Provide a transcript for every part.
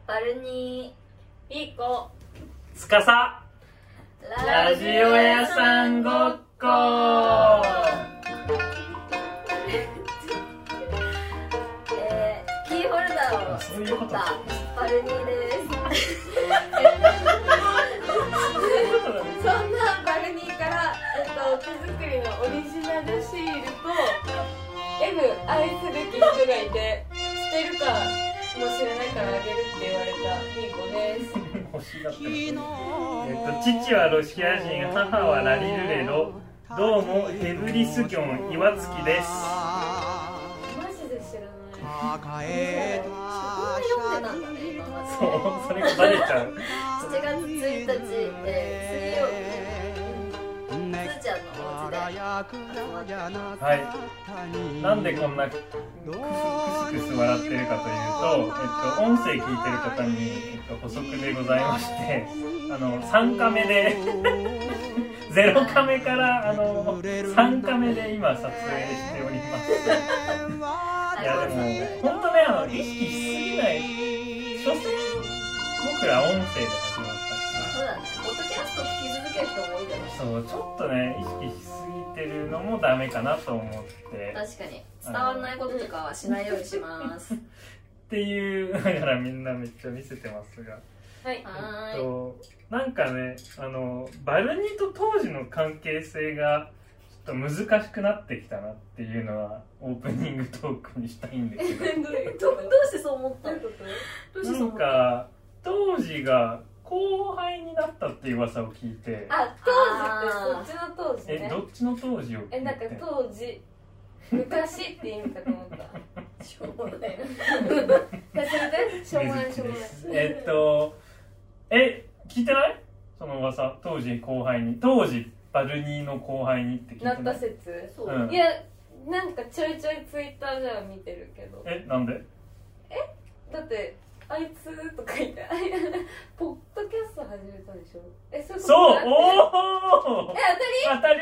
バルニー、ピーコ、 つかさ、ラジオ屋さんごっこキーホルダーを作ったバルニーですそんなバルニーから、手作りのオリジナルシールと M 愛すべき人がいて捨てるかもしれないからあげるって言われたピーコです欲しがってます。父はロシア人、母はラリルレロ、どうもヘブリスギョン岩月です。 マジで知らない。 読んでたんだね、今まで。 そう、それがバレちゃう。 7月1日、水曜日、つーちゃんのお家ではい。なんでこんなクスクス笑ってるかというと、音声聞いてる方に、補足でございまして、3カメで0カメから3カメで今撮影しております。いやでも本当ね、意識しすぎない。所詮僕ら音声で始まったし。 そうだね。ポッドキャスト聞き続ける人も多いだろうし。 そう、ちょっとね、意識しすぎてるのもダメかなと思って。 確かに伝わらないこととかはしないようにしますっていうだからみんなめっちゃ見せてますが、 はい、 なんかね、バルニと当時の関係性がちょっと難しくなってきたなっていうのはオープニングトークにしたいんだけどどうしてそう思ったの？ なんか当時が後輩になったっていう噂を聞いて、 あ、当時ってそっちの当時ね。 どっちの当時を聞いて、 なんか当時昔って意味かと思ったしょうもないなそれでしょうもないしょうもない聞いてない？その噂、当時後輩に、当時バルニーの後輩にって聞いてない？ なった説、 そう、 いや、なんかちょいちょいツイッターでは見てるけど、 なんで？ だってあいつとか言ってポッドキャスト始めたでしょ。 そう、 おおお、当たり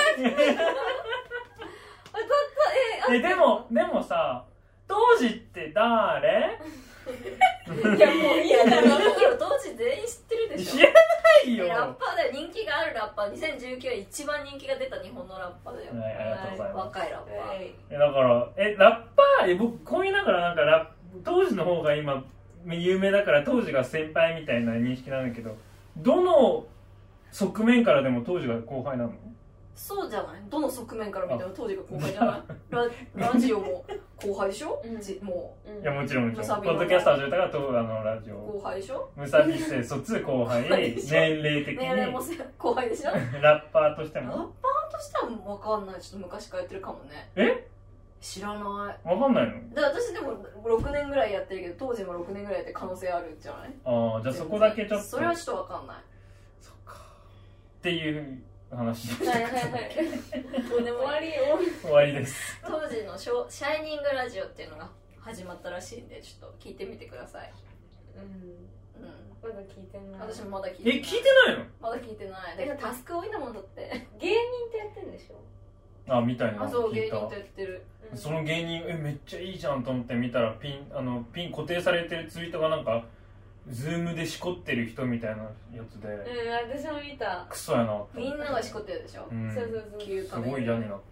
でもさ、当時って誰？ いやもう嫌だろ。 当時全員知ってるでしょ。 知らないよ。 ラッパーだよ、人気があるラッパー、2019年一番人気が出た日本のラッパーだよ。 はい、ありがとうございます。 若いラッパー。 だからラッパー、僕こう言いながらなんか当時の方が今有名だから当時が先輩みたいな認識なんだけど、どの側面からでも当時が後輩なの？ そうじゃない、どの側面から見ても当時が後輩じゃないラジオも後輩でしょ、もう。 いやもちろんポッドキャスト始めたからラジオ後輩でしょ、 ムサビセ卒後輩年齢的に年齢も後輩でしょラッパーとしてもラッパーとしては分かんない、ちょっと昔からやってるかもね。知らない。 分かんないの？ で私でも6年ぐらいやってるけど、当時も6年ぐらいやって可能性あるんじゃない？ ああ、じゃあそこだけちょっと、 それはちょっと分かんない。 そっかっていう話ではいはいはい終わりです。 当時のシャイニングラジオっていうのが始まったらしいんで、ちょっと聞いてみてください。 まだ聞いてない。 私もまだ聞いてない。 聞いてないの？まだ聞いてない。だからタスク多いんだもんだって。 芸人ってやってるんでしょ？ みたいな。 そう、芸人とやってる。 その芸人めっちゃいいじゃんと思って見たらピン固定されてるツイートがなんかズームでしこってる人みたいなやつで、 私も見た。 クソやな。 みんながしこってるでしょ。 そうそうそう。 すごい嫌になった。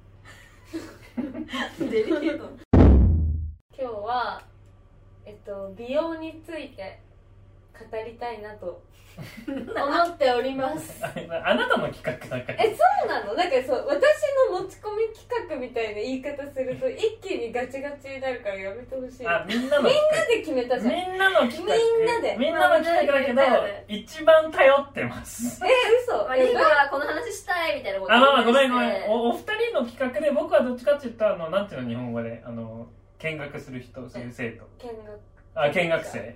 デリケート。 今日は美容について語りたいなと思っておりますあなたの企画だから。 そうなの？なんかそう、私の持ち込み企画みたいな言い方すると一気にガチガチになるからやめてほしい。 みんなで決めたじゃん。 みんなの企画だけど一番頼ってます。 嘘。リンゴはこの話したいみたいなことごめんお二人の企画で、僕はどっちかって言ったらなんていうの日本語で見学する人、そういう生徒、見学生、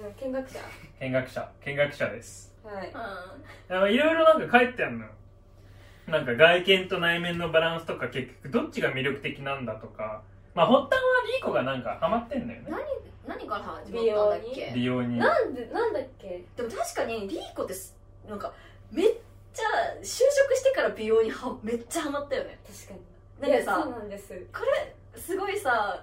見学者です。はい。いろいろなんか書いてあるのよ。なんか外見と内面のバランスとか、結局どっちが魅力的なんだとか、発端はリーコがなんかハマってんだよね。 何から始まったんだっけ？ 美容に。 なんだっけ？ でも確かにリーコってなんかめっちゃ就職してから美容にめっちゃハマったよね。 確かに。 なんかさ、 そうなんです。 これすごいさ、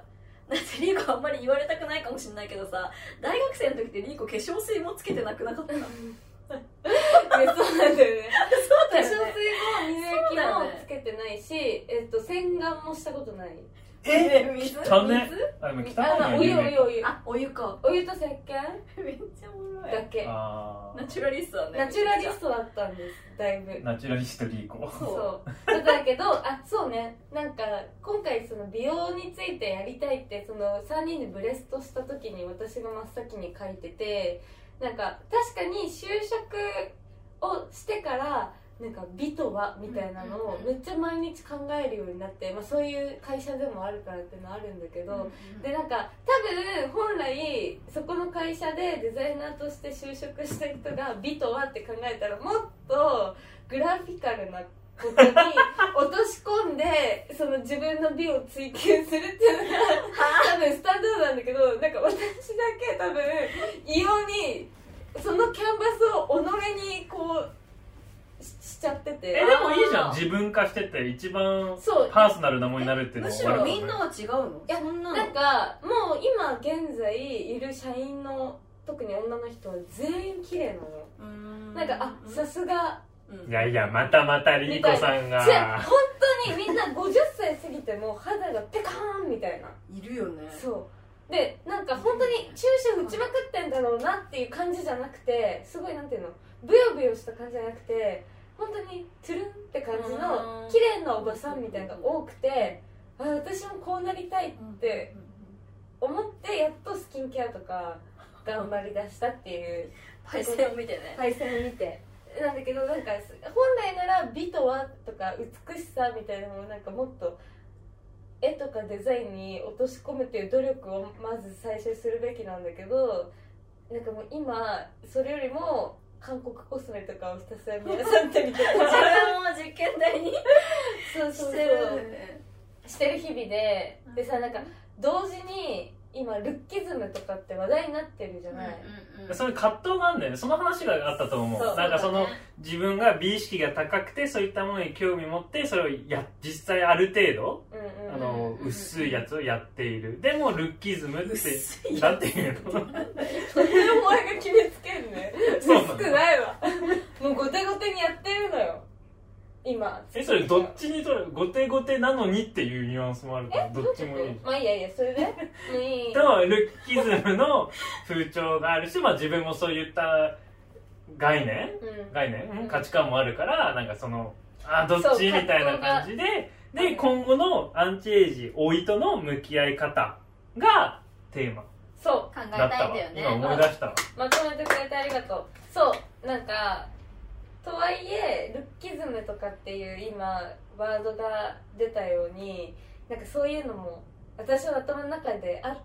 だってリーコあんまり言われたくないかもしれないけどさ、大学生の時ってリーコ化粧水もつけてなくなかったそうなんだよね。 そうだよね。 化粧水も乳液もつけてないし、洗顔もしたことない。 水？ 汚ね。あ、でも汚いのよ。 お湯。 あ、お湯か。 お湯と石鹸めっちゃおもろい。 だけ。 ナチュラリストだね。 ナチュラリストだったんです、だいぶ。 ナチュラリストリーコ。 そう。だけど、そうね。なんか、今回その美容についてやりたいって、その3人でブレストした時に私が真っ先に書いてて、なんか、確かに就職をしてから、なんか美とはみたいなのをめっちゃ毎日考えるようになって、まあ、そういう会社でもあるからっていうのはあるんだけど、でなんか多分本来そこの会社でデザイナーとして就職した人が美とはって考えたらもっとグラフィカルなことに落とし込んでその自分の美を追求するっていうのが多分スタンダードなんだけど、なんか私だけ多分異様にそのキャンバスを己にこうしちゃってて。 でもいいじゃん、自分化してて一番パーソナルなものになるっていうのは。 むしろみんなは違うの？ いや、なんかもう今現在いる社員の特に女の人は全員綺麗なの。なんかさすが。 いやいや、またリーコさんが本当にみんな50歳過ぎても肌がペカーンみたいな。 いるよね。 そうで、なんか本当に注射打ちまくってんだろうなっていう感じじゃなくて、すごいなんていうの、ブヨブヨした感じじゃなくて、本当にトゥルンって感じの綺麗なおばさんみたいなのが多くて、私もこうなりたいって思ってやっとスキンケアとか頑張りだしたっていうパイセンを見てね。 パイセンを見てなんだけど、なんか本来なら美とはとか美しさみたいなのをなんかもっと絵とかデザインに落とし込むっていう努力をまず最初にするべきなんだけど、なんかもう今それよりも韓国コスメとかをひたすら皆さんと見て自分も実験台にそうしてる日々で、でさ、なんか同時に今ルッキズムとかって話題になってるじゃない。 それ葛藤があるんだよね。その話があったと思う。なんかその自分が美意識が高くてそういったものに興味持ってそれを実際ある程度薄いやつをやっている。でもルッキズムってなんていうの？ それお前が決めつけるね。薄くないわ。もうゴテゴテにやってるのよ今。 それどっちにとる？ゴテゴテなのにっていうニュアンスもあるからどっちもいい。 まあいやそれでいい。 でもルッキズムの風潮があるし、まあ自分もそういった概念、価値観もあるから、なんかそのどっちみたいな感じで、で今後のアンチエイジ老いとの向き合い方がテーマ。 そう考えたいんだよね。 今思い出したわ。 まとめてくれてありがとう。そうなんかとはいえルッキズムとかっていう今ワードが出たように、なんかそういうのも私の頭の中であって、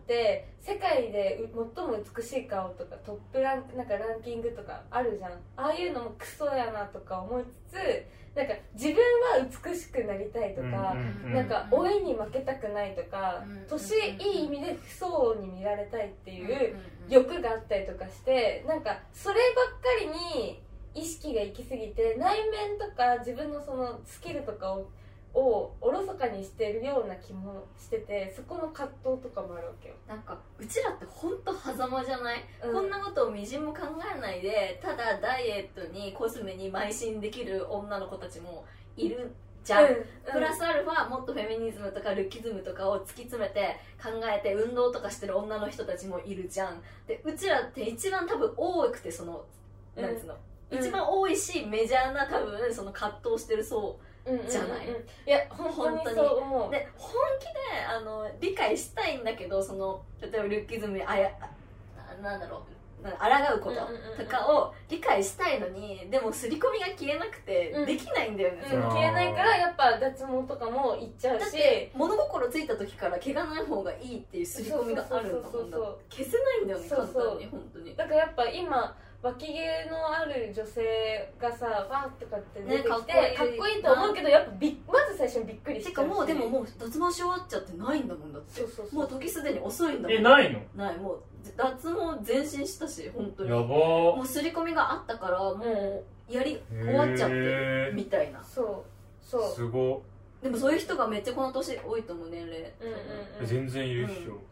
世界で最も美しい顔とかトップなんかランキングとかあるじゃん。ああいうのもクソやなとか思いつつ、なんか自分は美しくなりたいとか、なんか老いに負けたくないとか、年いい意味で不相応に見られたいっていう欲があったりとかして、なんかそればっかりに意識が行き過ぎて、内面とか自分のそのスキルとかをおろそかにしてるような気もしてて、そこの葛藤とかもあるわけよ。 なんかうちらって本当狭間じゃない、こんなことをみじんも考えないでただダイエットにコスメに邁進できる女の子たちもいるじゃん、プラスアルファもっとフェミニズムとかルッキズムとかを突き詰めて考えて運動とかしてる女の人たちもいるじゃん。でうちらって一番多分多くて、そのなんつうの、一番多いしメジャーな多分その葛藤してる層じゃない。 いや本当にそう思う。 で本気で理解したいんだけど、その例えばルッキズムになんだろう、抗うこととかを理解したいのに、でも刷り込みが消えなくてできないんだよね。 消えないからやっぱ脱毛とかもいっちゃうし、 だって物心ついた時から毛がない方がいいっていう刷り込みがあるんだもん。消せないんだよね、簡単に。本当にだからやっぱ今脇毛のある女性がさ、わーとかって出てきて、かっこいいと思うけど、やっぱまず最初にびっくりして。 てかもうでももう脱毛し終わっちゃってないんだもん。だってもう時すでに遅いんだもん。 ないの？ ない、もう脱毛前進したし、本当にやばー。 もう刷り込みがあったからもうやり終わっちゃってるみたいな。 そうすご。 でもそういう人がめっちゃこの年多いと思う、年齢。 全然いるっしょ。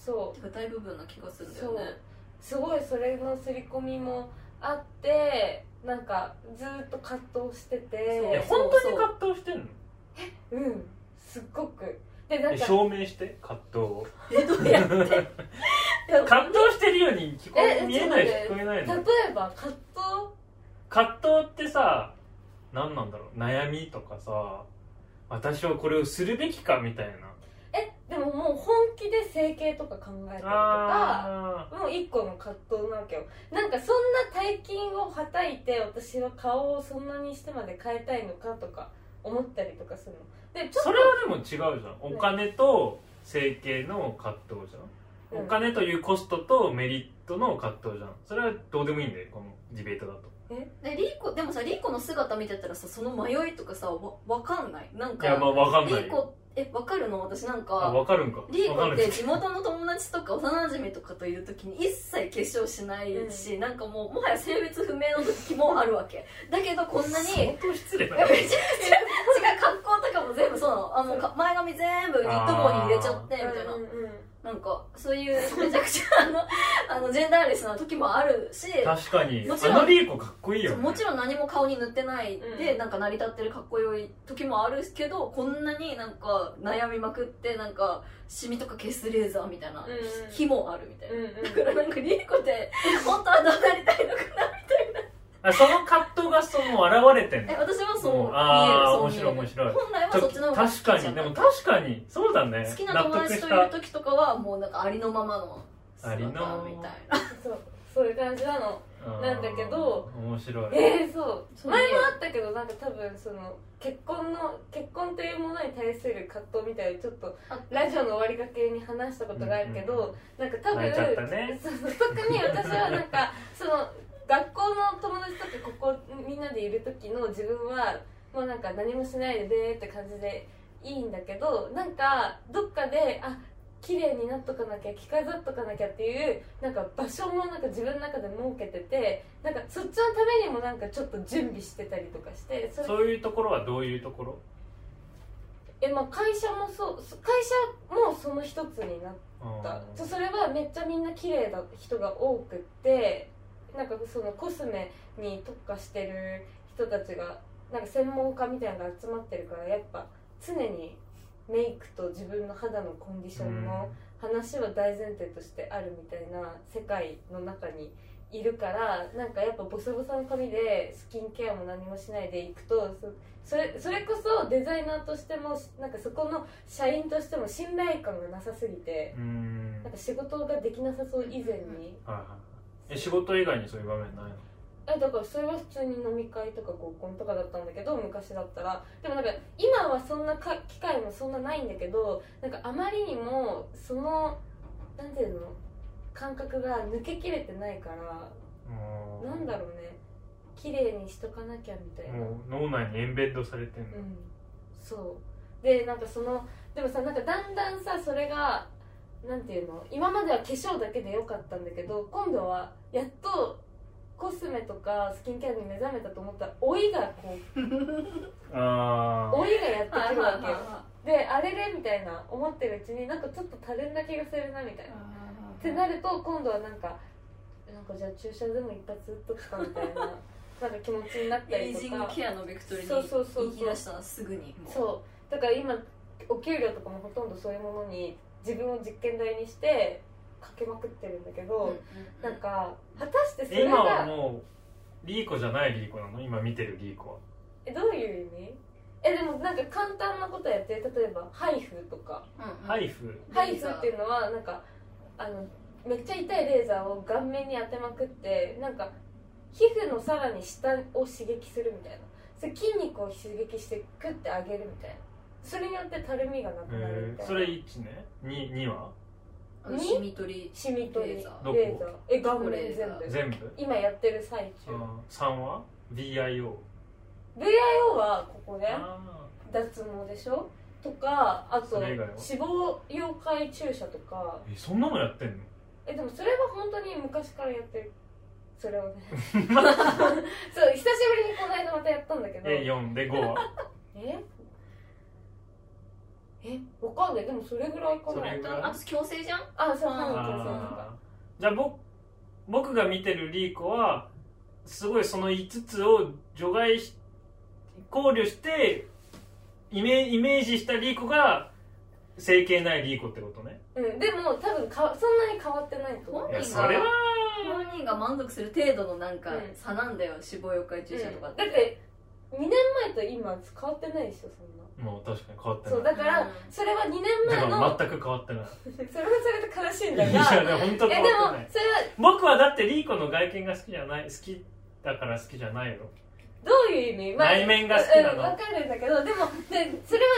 そうてか大部分な気がするんだよね。 すごいそれの刷り込みもあってなんかずっと葛藤してて本当に葛藤してんの？ うんすっごくでなんか証明して葛藤をどうやって葛藤してるように見えないし聞こえないの？ 例えば葛藤ってさ何なんだろう、悩みとかさ、私はこれをするべきかみたいな。 でももう本気で整形とか考えたりとかもう一個の葛藤なわけよ。なんかそんな大金をはたいて私は顔をそんなにしてまで変えたいのかとか思ったりとかするので、ちょっとそれはでも違うじゃん。お金と整形の葛藤じゃん、お金というコストとメリットの葛藤じゃん。それはどうでもいいんだよこのディベートだと。 でもさリーコの姿見てたらさその迷いとかさわかんない？なんかいやまあわかんないよ。 リーコわかるの？私なんかわかるんか。 リーコって地元の友達とか幼馴染とかといる時に一切化粧しないし、なんかもはや性別不明の時もあるわけだけどこんなに相当失礼だね。 違う格好とかも全部そうなの。もう前髪全部ニット帽に入れちゃってみたいな、なんかそういうめちゃくちゃジェンダーレスな時もあるし、 確かにもちろんリーコかっこいいよね。 もちろん何も顔に塗ってないで、なんか成り立ってるかっこよい時もあるけど、こんなになんか悩みまくってなんかシミとか消すレーザーみたいな日もあるみたいな、だからなんかリーコって本当はどうなりたいのかなみたいな。 その葛藤が現れてんの？ 私はそう見える。 面白い面白い。 本来はそっちの方が好きじゃん。 確かに、でも確かにそうだね。 好きな友達といる時とかはもうなんかありのままの姿みたいな。 そういう感じなのなんだけど、 面白い。 そう前もあったけど、なんか多分その結婚というものに対する葛藤みたいにちょっとラジオの終わりがけに話したことがあるけど、なんか多分、特に私はなんかその学校の友達とかここみんなでいる時の自分はもうなんか何もしないでべーって感じでいいんだけど、なんかどっかで綺麗になっとかなきゃ着飾っとかなきゃっていうなんか場所もなんか自分の中で設けてて、なんかそっちのためにもなんかちょっと準備してたりとかして、 そういうところはどういうところ？ 会社もその一つになった。それはめっちゃみんな綺麗な人が多くって、なんかそのコスメに特化してる人たちがなんか専門家みたいなのが集まってるから、やっぱ常にメイクと自分の肌のコンディションの話は大前提としてあるみたいな世界の中にいるから、なんかやっぱボサボサの髪でスキンケアも何もしないでいくと、それこそデザイナーとしてもなんかそこの社員としても信頼感がなさすぎて、なんか仕事ができなさそう以前に。 仕事以外にそういう場面ないの？ だからそれは普通に飲み会とか合コンとかだったんだけど、昔だったら。でもなんか今はそんな機会もそんなないんだけど、なんかあまりにもそのなんていうの感覚が抜けきれてないから、なんだろうね、綺麗にしとかなきゃみたいな。 脳内にエンベッドされてんの。 そうで、なんかでもさ、なんかだんだんさそれがなんていうの、今までは化粧だけでよかったんだけど、今度はやっとコスメとかスキンケアに目覚めたと思ったら老いがこう老いがやってくるわけよ。であれれみたいな思ってるうちになんかちょっとたるんだ気がするなみたいなってなると、今度はなんかじゃあ注射でも一発打っとくかみたいななんか気持ちになったりとか、 エイジングケアのベクトルに行き出したらすぐにそうだから今お給料とかもほとんどそういうものに自分を実験台にしてかけまくってるんだけど、なんか果たしてそれが今はもうリーコじゃないリーコなの？今見てるリーコはどういう意味？でもなんか簡単なことやって、例えばハイフとか、 ハイフっていうのはなんかめっちゃ痛いレーザーを顔面に当てまくって、なんか皮膚のさらに下を刺激するみたいな、それ筋肉を刺激してグッて上げるみたいな、それによってたるみがなくなるみたいな。 それ1ね。2はシミ取りレーザー。 顔面全部今やってる最中。 3は VIO はここね、脱毛でしょとか、あと脂肪溶解注射とか。 そんなのやってんの？ でもそれは本当に昔からやってる。それをねそう、久しぶりにこの間またやったんだけど。 4で5はわかんない。でもそれぐらいかな。 あと強制じゃん。 そうじゃあ僕が見てるリーコはすごいその5つを除外考慮してイメージしたリーコが整形ないリーコってことね。 でも多分そんなに変わってないと思う。 いやそれは本人が満足する程度のなんか差なんだよ、脂肪抑制注射とかって。 だって2年前と今変わってないでしょ、そんな。 もう確かに変わってない。 そうだからそれは2年前の全く変わってない。 それはそれで悲しいんだが、 いやでも本当変わってない。 それは僕はだってリーコの外見が好きだから好きじゃないよ。 どういう意味？ 内面が好きなの。 わかるんだけど、でもそれは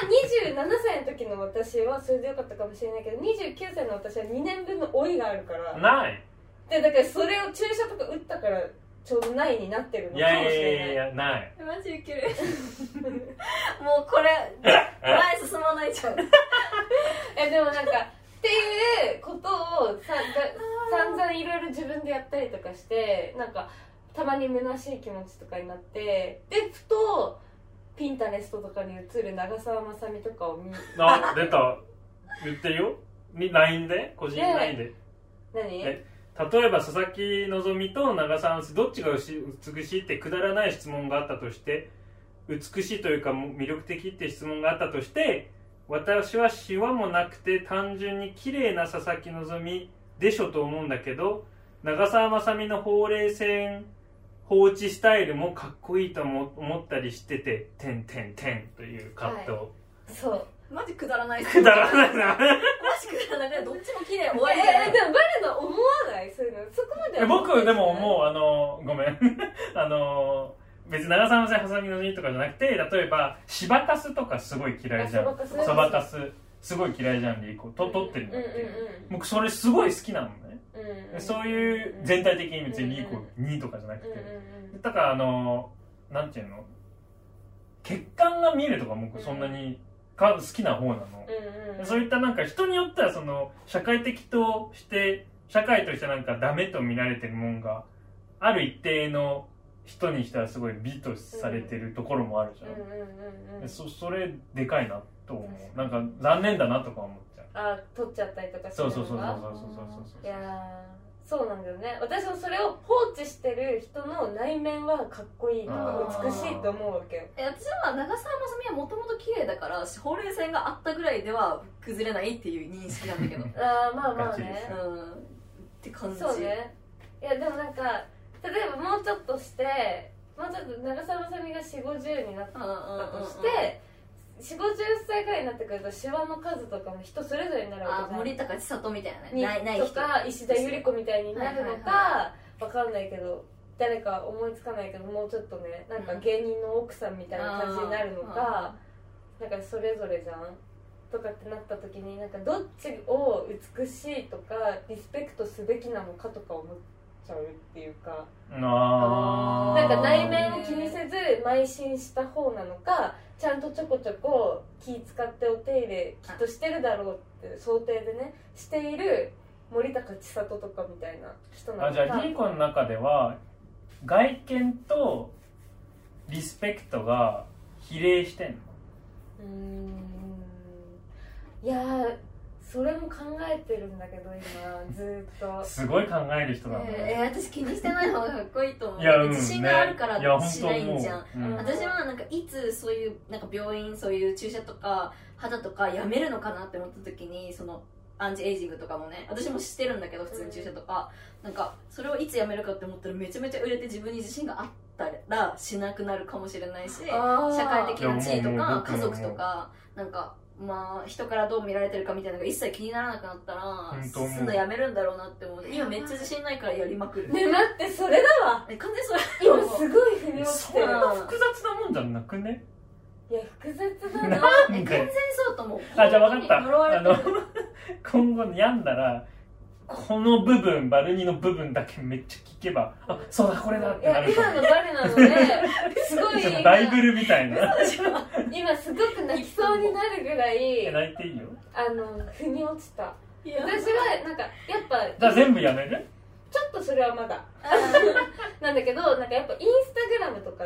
27歳の時の私はそれでよかったかもしれないけど、29歳の私は2年分の老いがあるからないで、だからそれを注射とか打ったからちょうどないになってるのかもしれない。 いやない。 マジウケる。もうこれ前進まないじゃん。 でもなんかっていうことを散々いろいろ自分でやったりとかして、なんかたまに虚しい気持ちとかになって、でふとピンタレストとかに映る長澤まさみとかを出た。言ってよ。LINE で個人 LINE で。 何？ 例えば佐々木希と長澤まさみどっちが美しいってくだらない質問があったとして、美しいというか魅力的って質問があったとして、私はシワもなくて単純に綺麗な佐々木希でしょと思うんだけど、長澤まさみのほうれい線放置スタイルもかっこいいと思ったりしてて、てんてんてんという葛藤、はい、 そうマジくだらない。 くだらないな。 マジくだらない。どっちも綺麗。終わり。 でもバレの思わない？そういうのそこまでは僕でも思う。ごめん。別に長澤まさみハサミの実とかじゃなくて、例えば芝かすとかすごい嫌いじゃん。そばかすすごい嫌いじゃん。リーコ取ってるんだって。僕それすごい好きなのね。そういう全体的に別にリーコ2とかじゃなくて、だからなんていうの、血管が見えるとか僕そんなに好きな方なの。そういったなんか人によってはその社会的として社会としてなんかダメと見られてるもんがある一定の人にしてはすごい美とされてるところもあるじゃん。それでかいなと思う。なんか残念だなとか思っちゃう。 取っちゃったりとかするのが。そう。 いやそうなんだよね。私もそれを放置してる人の内面はかっこいいとか美しいと思うわけよ。 私は長澤まさみはもともと綺麗だからほうれい線があったぐらいでは崩れないっていう認識なんだけど。 まあね。 って感じ。 そうね。いやでもなんか例えばもうちょっとして長澤まさみが40、50になったとして、40、50歳ぐらいになってくるとシワの数とかも人それぞれになるわけじゃん。 森高千里みたいなね。ないとか石田ゆり子みたいになるのかわかんないけど、誰か思いつかないけど、もうちょっとね、なんか芸人の奥さんみたいな感じになるのか、なんかそれぞれじゃんとかってなった時に、なんかどっちを美しいとかリスペクトすべきなのかとか思っちゃうっていうか、なんか内面を気にせず邁進した方なのか、ちゃんとちょこちょこ気使ってお手入れきっとしてるだろうって想定でねしている森高千里とかみたいな人なのか。 じゃあリーコの中では外見とリスペクトが比例してんの？ いやそれも考えてるんだけど今ずっとすごい考える人だね。 私気にしてない方がかっこいいと思う。自信があるからしないんじゃん。私はなんかいつそういうなんか病院そういう注射とか肌とかやめるのかなって思った時に、そのアンチエイジングとかもね、私もしてるんだけど普通に注射とか、なんかそれをいつやめるかって思ったらめちゃめちゃ売れて自分に自信があったらしなくなるかもしれないし、社会的な地位とか家族とかなんかまあ人からどう見られてるかみたいなのが一切気にならなくなったらすんのやめるんだろうなって思う。今めっちゃ自信ないからやりまくる。 ね、待ってそれだわ。 完全にそれ今すごい腑に落ちてる。 そんな複雑なもんじゃなくね？ いや複雑だな。 完全にそうと思う。 じゃあ分かった。今後病んだらこの部分、バルニの部分だけめっちゃ聞けば、あ、そうだこれだってなる。 今の誰なのですごいバイブルみたいな。 今すごく泣きそうになるぐらい泣いていいよ。 腑に落ちた。私はなんかやっぱじゃあ全部やめる？ ちょっとそれはまだなんだけど、なんかやっぱインスタグラムとかそ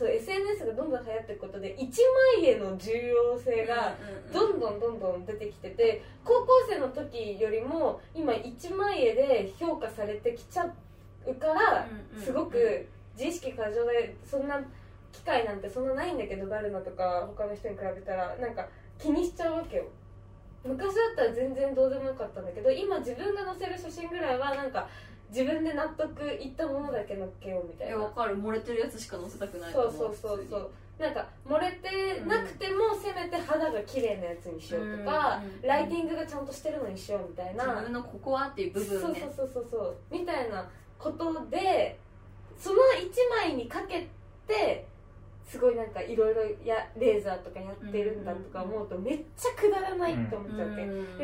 そう SNS がどんどん流行っていくことで一枚絵の重要性がどんどん出てきてて、高校生の時よりも今一枚絵で評価されてきちゃうからすごく自意識過剰で、そんな機会なんてそんなないんだけど、バルナとか他の人に比べたらなんか気にしちゃうわけよ。昔だったら全然どうでもよかったんだけど、今自分が載せる写真ぐらいはなんか自分で納得いったものだけ載っけようみたいな。 わかる、漏れてるやつしか載せたくないと思う。 そうなんか漏れてなくてもせめて肌が綺麗なやつにしようとか、ライティングがちゃんとしてるのにしようみたいな、 自分のここはっていう部分ね、 そうみたいなことで、その1枚にかけてすごいなんかいろいろレーザーとかやってるんだとか思うとめっちゃくだらないって思っちゃって、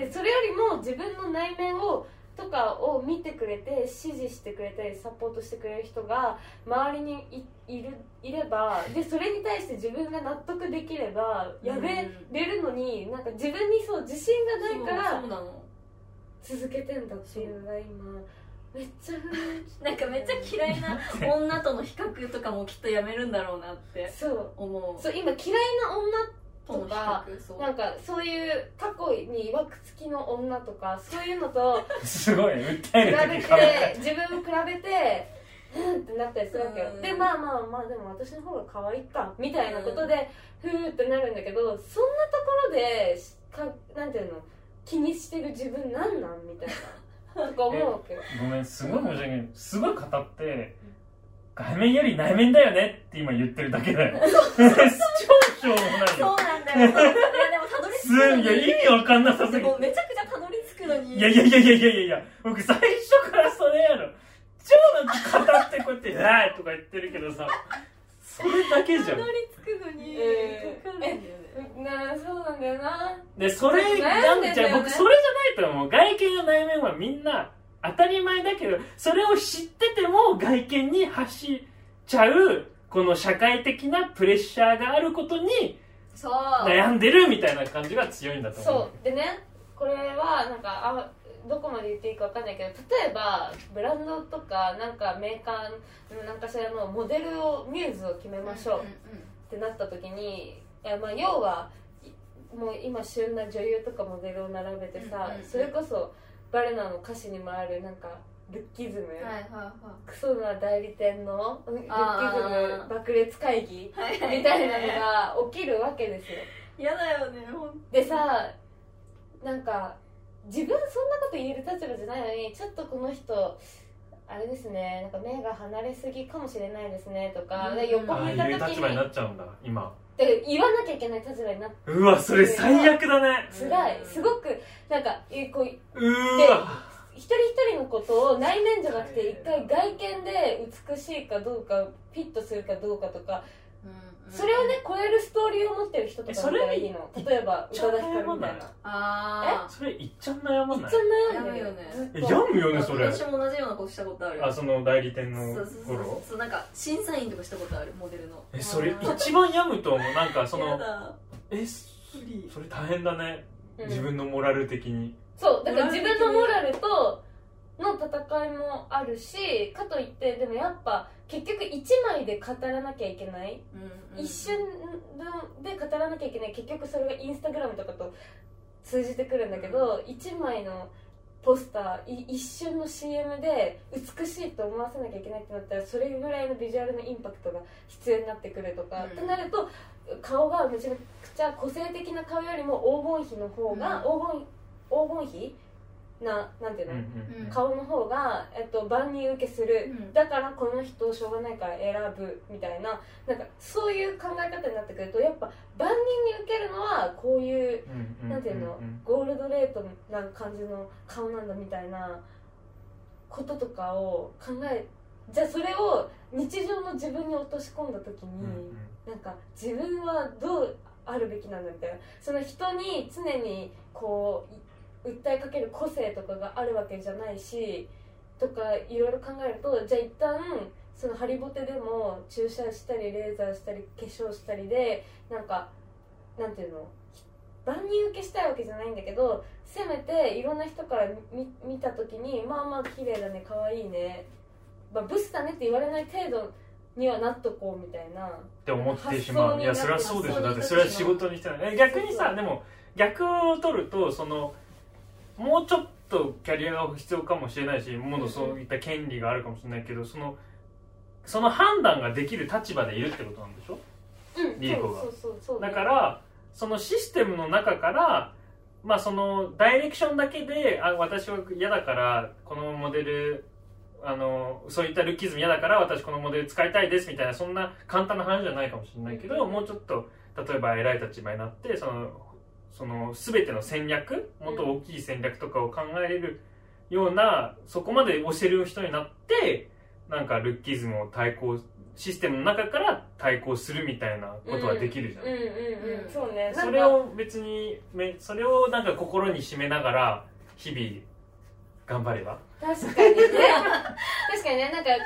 でそれよりも自分の内面をとかを見てくれて支持してくれたりサポートしてくれる人が周りにいれば、でそれに対して自分が納得できればやれるのに、なんか自分にそう自信がないから続けてんだっていうのが今めっちゃなんかめっちゃ嫌いな女との比較とかもきっとやめるんだろうなって思う。 そう今嫌いな女とかなんかそういう過去に曰くつきの女とかそういうのとすごい訴える比べて自分を比べてってなったりするわけよ。でまあでも私の方が可愛いかみたいなことでふーってなるんだけど、そんなところでなんていうの気にしてる自分なんなんみたいなとか思うわけよ。 ごめん、すごい申し訳ない。すごい語って外面より内面だよねって今言ってるだけだよ。超しょうもないよ。 そうなんだよ。いやでもたどり着くのに、 いや意味わかんなさすぎて、 もうめちゃくちゃたどり着くのに、 いや僕最初からそれやろ。超なんか語ってこうやって「あー」とか言ってるけどさ、それだけじゃん。 たどり着くのにかかるんだよね。 そうなんだよな。 でそれなんで、じゃあ僕それじゃないと思う。外見や内面はみんな当たり前だけど、それを知ってても外見に走っちゃうこの社会的なプレッシャーがあることに悩んでるみたいな感じが強いんだと思う。 そうでね、これはなんかどこまで言っていいか分かんないけど、例えばブランドとかなんかメーカーの何かしらのモデルをミューズを決めましょうってなった時に、要はもう今旬な女優とかモデルを並べてさ、それこそバレナの歌詞にもあるなんかルッキズム、クソな代理店のルッキズム爆裂会議みたいなのが起きるわけですよ。 嫌だよね。 でさ、なんか自分そんなこと言える立場じゃないのに、ちょっとこの人あれですね、なんか目が離れすぎかもしれないですねとか、横見た時にいう立場になっちゃうんだ今。 で言わなきゃいけない立場になって、 うわそれ最悪だね。 辛い。すごくなんかこううわ一人一人のことを内面じゃなくて一回外見で美しいかどうかフィットするかどうかとか、それをね超えるストーリーを持ってる人とかだったらいいの。例えば宇多田ヒカルみたいな。 それいっちゃん悩まない？ いっちゃん悩むよね。 病むよねそれ。 私も同じようなことしたことある。 その代理店の頃。 そうなんか審査員とかしたことある、モデルの。 それ一番病むと思う。なんかそのそれ大変だね。自分のモラル的に。 そうだから自分のモラルとの戦いもあるし、かといってでもやっぱ結局1枚で語らなきゃいけない、一瞬で語らなきゃいけない、結局それがインスタグラムとかと通じてくるんだけど、1枚のポスター一瞬の CM で美しいと思わせなきゃいけないってなったら、それぐらいのビジュアルのインパクトが必要になってくるとか、ってなると顔がめちゃくちゃ個性的な顔よりも黄金比の方が、黄金比なんていうの、顔の方が、万人受けする、だからこの人をしょうがないから選ぶみたいな、なんかそういう考え方になってくると、やっぱ万人に受けるのはこういう、なんていうの、ゴールドレートな感じの顔なんだみたいなこととかを考え、じゃあそれを日常の自分に落とし込んだ時に、なんか自分はどうあるべきなんだみたいな、その人に常にこう訴えかける個性とかがあるわけじゃないしとかいろいろ考えると、じゃあ一旦そのハリボテでも注射したりレーザーしたり化粧したりでなんていうの、万人受けしたいわけじゃないんだけど、せめていろんな人から見た時にまあまあ綺麗だね可愛いね、ブスだねって言われない程度にはなっとこうみたいなって思ってしまう。いやそれはそうでしょ。だってそれは仕事にしてない。逆にさ、でも逆を取るともうちょっとキャリアが必要かもしれないし、もっとそういった権利があるかもしれないけど、その判断ができる立場でいるってことなんでしょ、リリコが。 そうだからそのシステムの中から、まあそのダイレクションだけで、私は嫌だからこのモデルそういったルッキズム嫌だから私このモデル使いたいですみたいな、そんな簡単な話じゃないかもしれないけど、もうちょっと例えば偉い立場になってその全ての戦略、もっと大きい戦略とかを考えれるような、そこまで教える人になって、なんかルッキズムをシステムの中から対抗するみたいなことはできるじゃん。 そうね。 それを別にそれをなんか心に締めながら日々頑張れば。 確かにね確かにね。なんか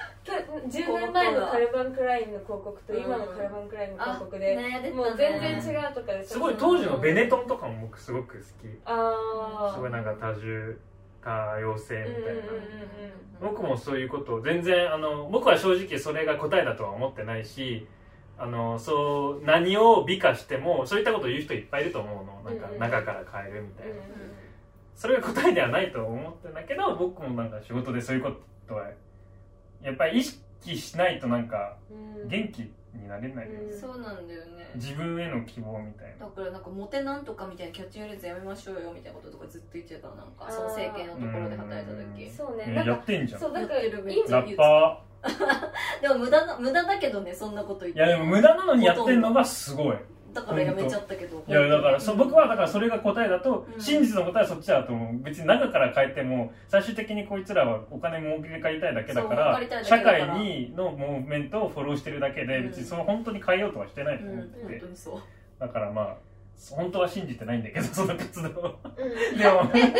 10年前のカルバン・クラインの広告と今のカルバン・クラインの広告で、もう全然違うとかで、 すごい当時のベネトンとかも僕すごく好き。すごいなんか多様性みたいな。僕もそういうことを全然僕は正直それが答えだとは思ってないし、何を美化してもそういったことを言う人いっぱいいると思うの。なんか中から変えるみたいな、それが答えではないと思ってんだけど、僕もなんか仕事でそういうことはやっぱり意識しないとなんか元気になれない、 そうなんだよね。 自分への希望みたいな。 だからなんかモテなんとかみたいなキャッチフレーズやめましょうよみたいなこととかずっと言ってた。なんかその政権のところで働いた時。 そうね。 やってんじゃん。 そう、なんかラッパーでも無駄だけどね、そんなこと言って。 いやでも無駄なのにやってんのがすごい。 だからやめちゃったけど。 いやだから僕はだからそれが答えだと、真実の答えはそっちだと思う。別に中から変えても最終的にこいつらはお金儲けで借りたいだけだから、社会のムーブメントをフォローしてるだけで、別に本当に変えようとはしてないと思ってて、だからまあ本当は信じてないんだけど、その活動でもなんか例えば会社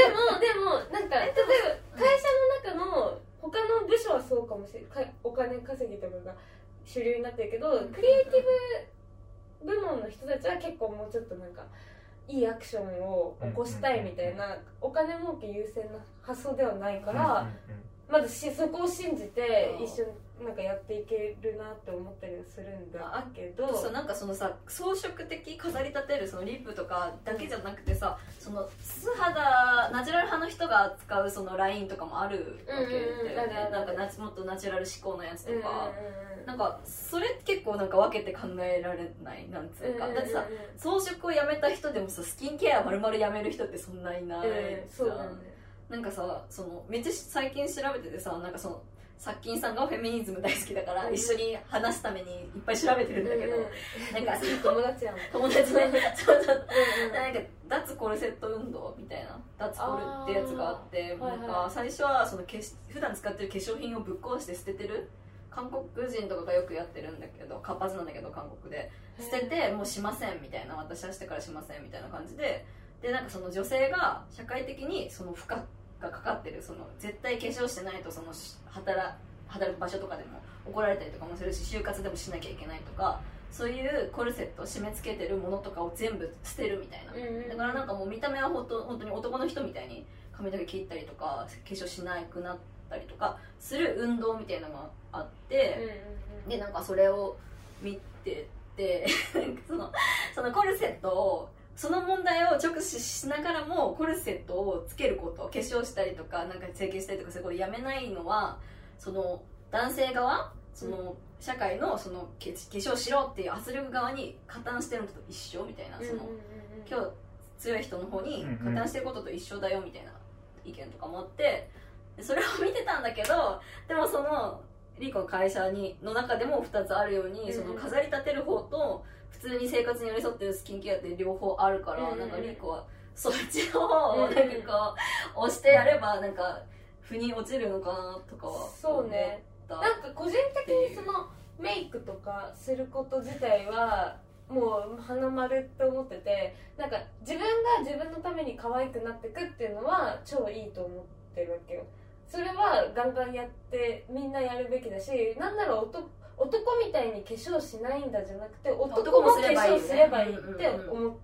の中の他の部署はそうかもしれない。お金稼ぎとかが主流になってるけど、クリエイティブ部門の人たちは結構もうちょっとなんかいいアクションを起こしたいみたいな、お金儲け優先な発想ではないから、まずそこを信じて一緒になんかやっていけるなって思ったりはするんだけど、 なんかそのさ、装飾的飾り立てるそのリップとかだけじゃなくてさ、その素肌ナチュラル派の人が使うそのラインとかもあるわけだよね。なんかもっとナチュラル志向のやつとか、なんかそれ結構なんか分けて考えられない。なんつうか、だってさ、装飾をやめた人でもさ、スキンケア丸々やめる人ってそんないないじゃん。なんかさ、めっちゃ最近調べててさ、なんか殺菌さんがフェミニズム大好きだから一緒に話すためにいっぱい調べてるんだけど、なんか友達やん。 友達ね、なんか脱コルセット運動みたいな、脱コルってやつがあって、なんか最初は普段使ってる化粧品をぶっ壊して捨ててる韓国人とかがよくやってるんだけど、活発なんだけど韓国で捨てて、もうしませんみたいな、私はしてからしませんみたいな感じで、なんかその女性が社会的にその負荷がかかってる、絶対化粧してないと働く場所とかでも怒られたりとかもするし、就活でもしなきゃいけないとか、そういうコルセット締め付けてるものとかを全部捨てるみたいな、だからなんかもう見た目は本当に男の人みたいに髪の毛切ったりとか化粧しなくなったりとかする運動みたいなのがあって、でなんかそれを見ててそのコルセットを、その問題を直視しながらもコルセットをつけること、化粧したりとかなんか整形したりとかそういうことやめないのは、その男性側、社会の化粧しろっていう圧力側に加担してるのと一緒みたいな、今日強い人の方に加担してることと一緒だよみたいな意見とかもあって、それを見てたんだけど、でもリーコの会社の中でも2つあるように、飾り立てる方と普通に生活に寄り添ってるスキンケアって両方あるから、なんかリーコはそっちの方をなんか押してやればなんか腑に落ちるのかなとかは思った。 そうね。なんか個人的にメイクとかすること自体はもう花丸って思ってて、なんか自分が自分のために可愛くなってくっていうのは超いいと思ってるわけよ。それはガンガンやってみんなやるべきだし、なんなら男みたいに化粧しないんだじゃなくて、男も化粧すればいいって思って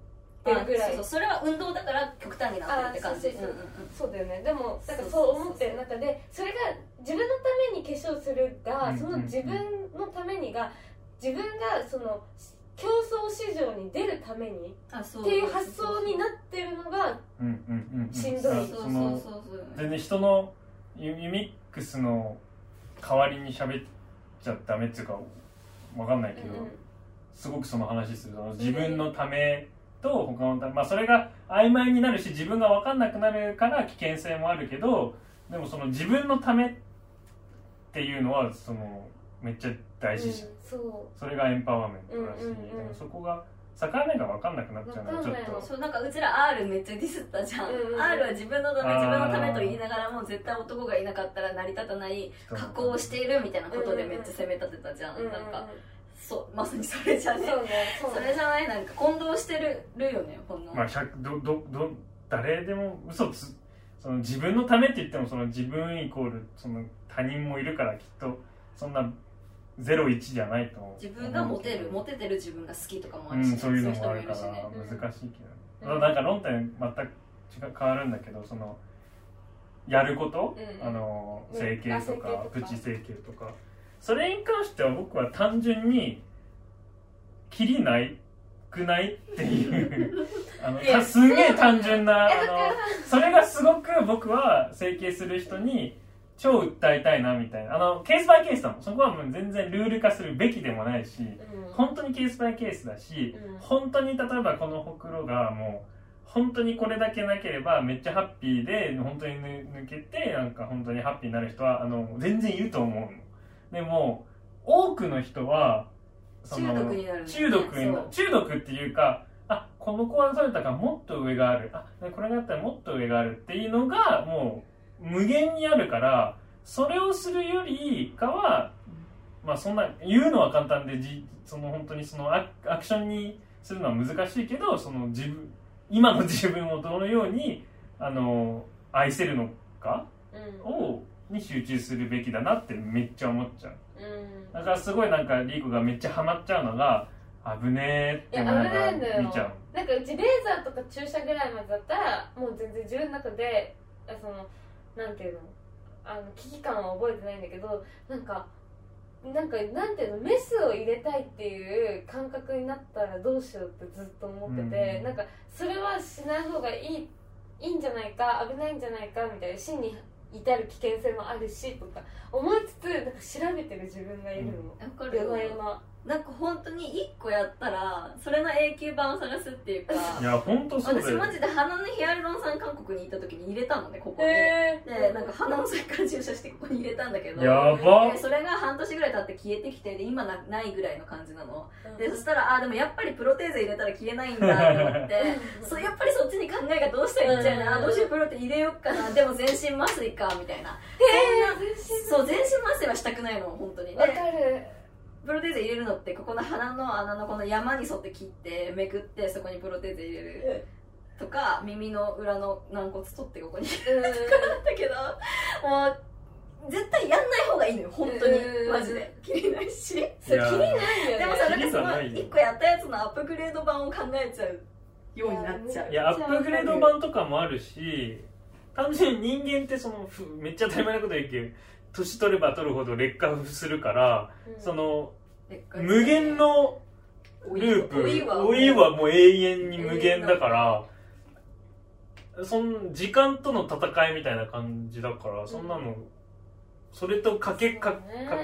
てるぐらい。 そうそれは運動だから極端になってるって感じ。 そうだよね。でもだからそう思ってる中で、それが自分のために化粧するが、その自分のためにが、自分がその競争市場に出るためにっていう発想になってるのがしんどい。 全然人のユミックスの代わりに喋っちゃダメっていうかわかんないけど、すごくその話すると自分のためと他のため、まあそれが曖昧になるし自分が分かんなくなるから危険性もあるけど、でもその自分のためっていうのはそのめっちゃ大事じゃん、それがエンパワーメントだし、でもそこが境目が分かんなくなっちゃうのはちょっと。 そう、なんかうちら R めっちゃディスったじゃん、R は自分のためと言いながらも絶対男がいなかったら成り立たない加工をしているみたいなことでめっちゃ責め立てたじゃん、なんかそうまさにそれじゃね、それじゃない、なんか混同してるよね、こんな。 まあ誰でもその自分のためって言ってもその自分イコールその他人もいるからきっとそんな0-1じゃないと思う。 自分がモテてる自分が好きとかもあるし、 そういうのもあるから難しいけど、なんか論点全く変わるんだけど、そのやること、整形とかプチ整形とか、それに関しては僕は単純にキリないくないっていうすげえ単純なそれがすごく僕は整形する人に超訴えたいなみたいな、ケースバイケースだもん。そこはもう全然ルール化するべきでもないし、本当にケースバイケースだし、本当に例えばこのほくろがもう本当にこれだけなければめっちゃハッピーで本当に抜けてなんか本当にハッピーになる人は全然いると思うの。でも多くの人はその中毒っていうか、この子は取れたからもっと上がある、これがあったらもっと上があるっていうのがもう無限にあるから、それをするよりかはまあそんな言うのは簡単でその本当にそのアクションにするのは難しいけど、その今の自分をどのように愛せるのかに集中するべきだなってめっちゃ思っちゃう。だからすごいなんかリーコがめっちゃハマっちゃうのが危ねえってなんか見ちゃう。 なんかうちレーザーとか注射ぐらいまでだったらもう全然自分の中でなんていうの危機感は覚えてないんだけど、なんていうのメスを入れたいっていう感覚になったらどうしようってずっと思ってて、なんかそれはしない方がいいんじゃないか、危ないんじゃないかみたいな、死に至る危険性もあるしとか思いつつ、なんか調べてる自分がいるの。夜な夜ななんか本当に1個やったらそれの永久版を探すっていうか、 いや本当そうだよ。 私マジで鼻のヒアルロン酸韓国に行った時に入れたのね、ここに。でなんか鼻の先から注射してここに入れたんだけど、 やばそれが半年ぐらい経って消えてきて、で今ないぐらいの感じなの。でそしたらでもやっぱりプロテーゼ入れたら消えないんだと思ってそうやっぱりそっちに考えがどうしたらいいんじゃない、どうしようプロテ入れよっかな、でも全身麻酔かみたいな。そう全身麻酔はしたくないの本当に。 わかる。 プロテーゼ入れるのってここの鼻の穴のこの山に沿って切ってめくってそこにプロテーゼ入れるとか、耳の裏の軟骨取ってここにとかだったけど、もう絶対やんない方がいいのよ本当にマジで。切れないし、 それ切れないよね。 でもそれでその1個やったやつのアップグレード版を考えちゃうようになっちゃう。 いやアップグレード版とかもあるし、単純に人間ってそのめっちゃ当たり前なこと言うけど年取れば取るほど劣化するから、その無限のループ、老いはもう永遠に無限だから、その時間との戦いみたいな感じだから、そんなのそれとかけっこ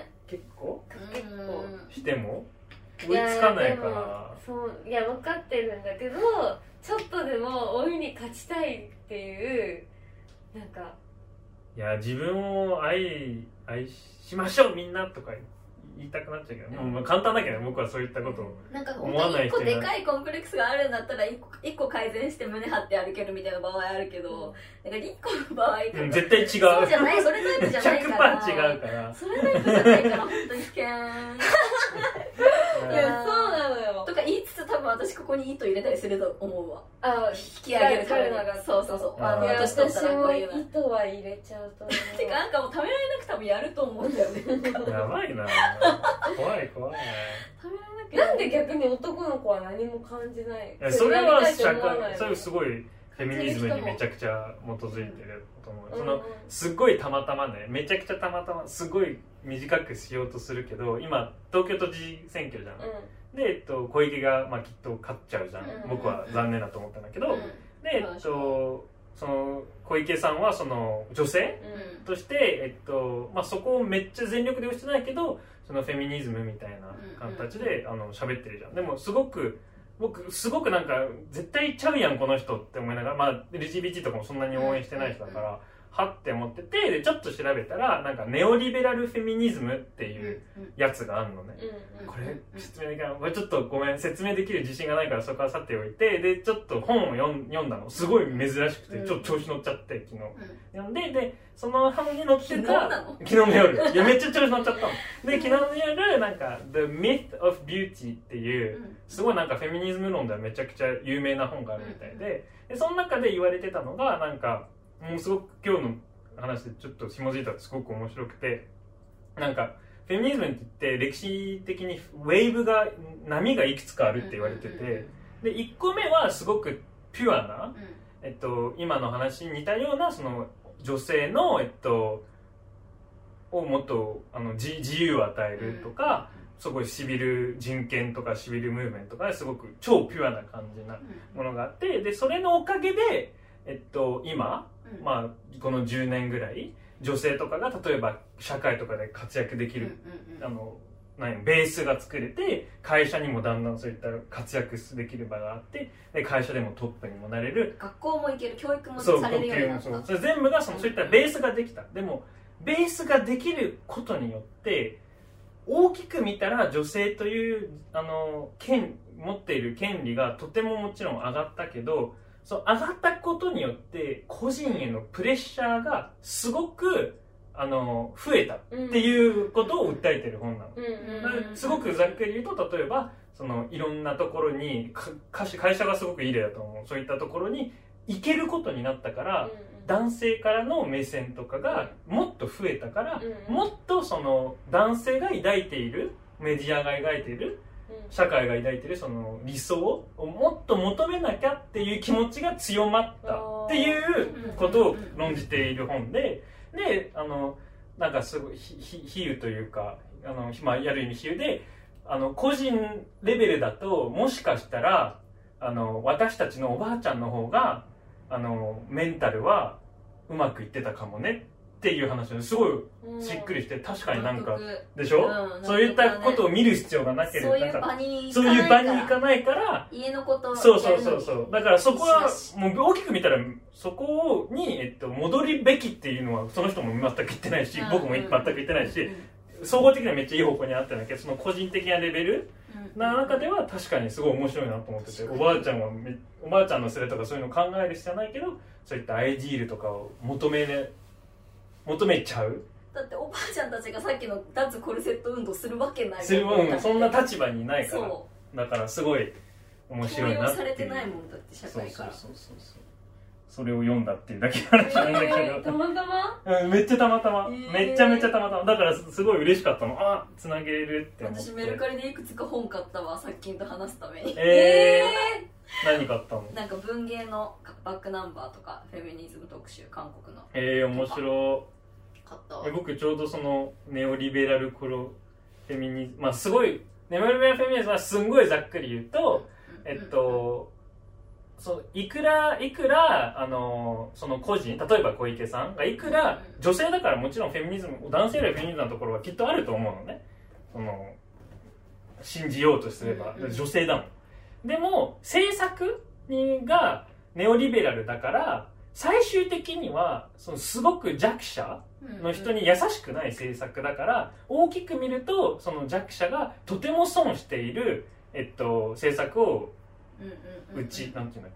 しても追いつかないから。 いや分かってるんだけど、ちょっとでも老いに勝ちたいっていうなんか、 いや自分を愛しましょうみんなとか言いたくなっちゃうけど、まあ簡単だけど僕はそういったことを思わない人。 なんか1個でかいコンプレックスがあるんだったら1個改善して胸張って歩けるみたいな場合あるけど、なんかリッコの場合絶対違う。 そうじゃない、それタイプじゃないから。 100%違うから。 それタイプじゃないから本当に危険。 いやそうなのよ。 とか言いつつ多分私ここに糸入れたりすると思うわ。引き上げる彼らが。 そうそうそう。 私も糸は入れちゃうと思う。 てかなんかもうためられなくてもやると思うんだよね。 やばいな。怖い。 ためられなくてもなんで逆に男の子は何も感じない？ それは社会、 それすごいフェミニズムにめちゃくちゃ基づいてると思う。そのすっごいたまたまね、めちゃくちゃたまたますごい短くしようとするけど、今東京都知事選挙じゃん、で、小池が、きっと勝っちゃうじゃん、僕は残念だと思ったんだけど、で、その小池さんはその女性として、そこをめっちゃ全力で推してないけど、そのフェミニズムみたいな形で喋ってるじゃん。でも僕すごくなんか絶対ちゃうやんこの人って思いながら、LGBT とかもそんなに応援してない人だから、はって思ってて、でちょっと調べたらなんかネオリベラルフェミニズムっていうやつがあるのね。これ説明できない。これちょっとごめん、説明できる自信がないからそこはさておいて、でちょっと本を読んだの。すごい珍しくてちょっと調子乗っちゃって昨日読んで、その本に載ってた昨日の夜、いやめっちゃ調子乗っちゃったので、昨日の夜なんか The Myth of Beauty っていうすごいなんかフェミニズム論ではめちゃくちゃ有名な本があるみたいで、その中で言われてたのがなんかもうすごく今日の話でちょっと紐づいたってすごく面白くて、なんかフェミニズムって言って歴史的にウェーブが波がいくつかあるって言われてて、で1個目はすごくピュアな、今の話に似たようなその女性のをもっと自由を与えるとか、すごいシビル人権とかシビルムーブメントとかすごく超ピュアな感じなものがあって、でそれのおかげで今、この10年ぐらい女性とかが例えば社会とかで活躍できる、ベースが作れて、会社にもだんだんそういった活躍できる場があって、で会社でもトップにもなれる、 学校も行ける、教育もされるようになった。 それ全部がそういったベースができた。でもベースができることによって大きく見たら女性という持っている権利がとてももちろん上がったけど、そう上がったことによって個人へのプレッシャーがすごく増えたっていうことを訴えてる本なの。すごくざっくり言うと、例えばそのいろんなところに会社がすごくいい例だと思う。そういったところに行けることになったから、男性からの目線とかがもっと増えたから、もっとその男性が抱いている、メディアが描いている、社会が抱いているその理想をもっと求めなきゃっていう気持ちが強まったっていうことを論じている本で、なんかすごい比喩というか、ある意味比喩で、個人レベルだともしかしたら私たちのおばあちゃんの方がメンタルはうまくいってたかもねっていう話をすごいしっくりして、確かになんかでしょ、そういったことを見る必要がなければ、そういう場に行かないから、 家のことをそうだからそこはもう大きく見たらそこに、戻るべきっていうのはその人も全く言ってないし、僕も全く言ってないし、総合的にはめっちゃいい方向にあったんだけど、その個人的なレベルの中では確かにすごい面白いなと思ってて、おばあちゃんの世代とかそういうのを考える必要はないけど、そういったアイディールとかを求めちゃう。 だっておばあちゃんたちがさっきの脱コルセット運動するわけないもん。そんな立場にないから。だからすごい面白いなっていう。 強要されてないもんだって社会から。 それを読んだっていうだけの話なんだけど、 たまたま？ めっちゃたまたま、めちゃめちゃたまたまだからすごい嬉しかったの。つなげるって思って。 私メルカリでいくつか本買ったわ、さっきと話すために。 何買ったの？ なんか文芸のバックナンバーとかフェミニズム特集、韓国の。 面白い。買ったわ。僕ちょうどそのネオリベラルフェミニズム、すごいネオリベラルフェミニズムはすんごいざっくり言うと、いくらその個人、例えば小池さんがいくら女性だからもちろんフェミニズム、男性よりフェミニズムのところはきっとあると思うのね。信じようとすれば女性だもん。でも政策がネオリベラルだから最終的にはすごく弱者の人に優しくない政策だから、大きく見るとその弱者がとても損している、政策を打ち出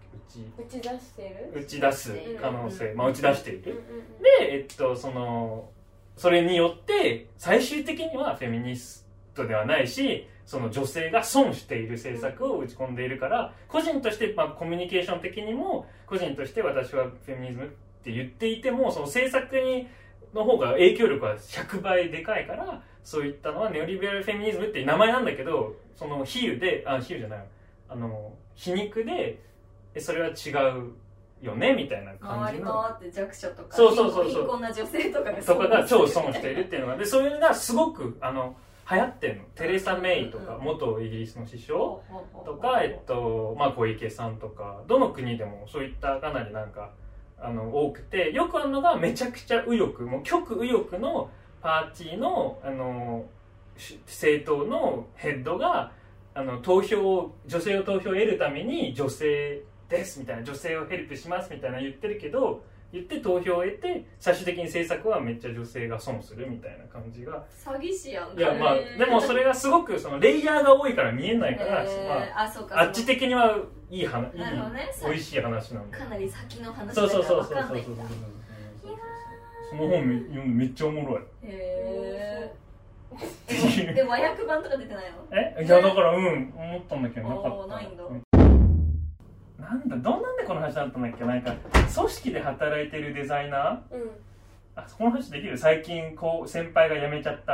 す可能性、打ち出している。で、それによって最終的にはフェミニストではないし、その女性が損している政策を打ち込んでいるから、個人として、コミュニケーション的にも個人として私はフェミニズムって言っていても、その政策の方が影響力は100倍でかいから、 そういったのはネオリベラルフェミニズムっていう名前なんだけど、その比喩で比喩じゃない皮肉でそれは違うよねみたいな感じの回り回って弱者とか貧困な女性とかが超損しているっていうのがで、そういうのがすごく流行ってるの。テレサ・メイとか、元イギリスの首相とか、小池さんとか、どの国でもそういったかなりなんか多くて、よくあるのがめちゃくちゃ右翼、もう極右翼のパーティーの政党のヘッドが女性を投票を得るために女性ですみたいな、女性をヘルプしますみたいな言ってるけど、言って投票を得て最終的に政策はめっちゃ女性が損するみたいな感じが詐欺師やんか。 いやでもそれがすごくそのレイヤーが多いから見えないから、あっち的にはいい話、美味しい話なんだ。 かなり先の話だから分かんないんだ。 その本読んでめっちゃおもろい。 で和訳版とか出てないの？ いやだから思ったんだけどなかった。 ないんだ。 なんでこの話だったんだっけ。なんか組織で働いてるデザイナー、この話できる？最近先輩が辞めちゃった。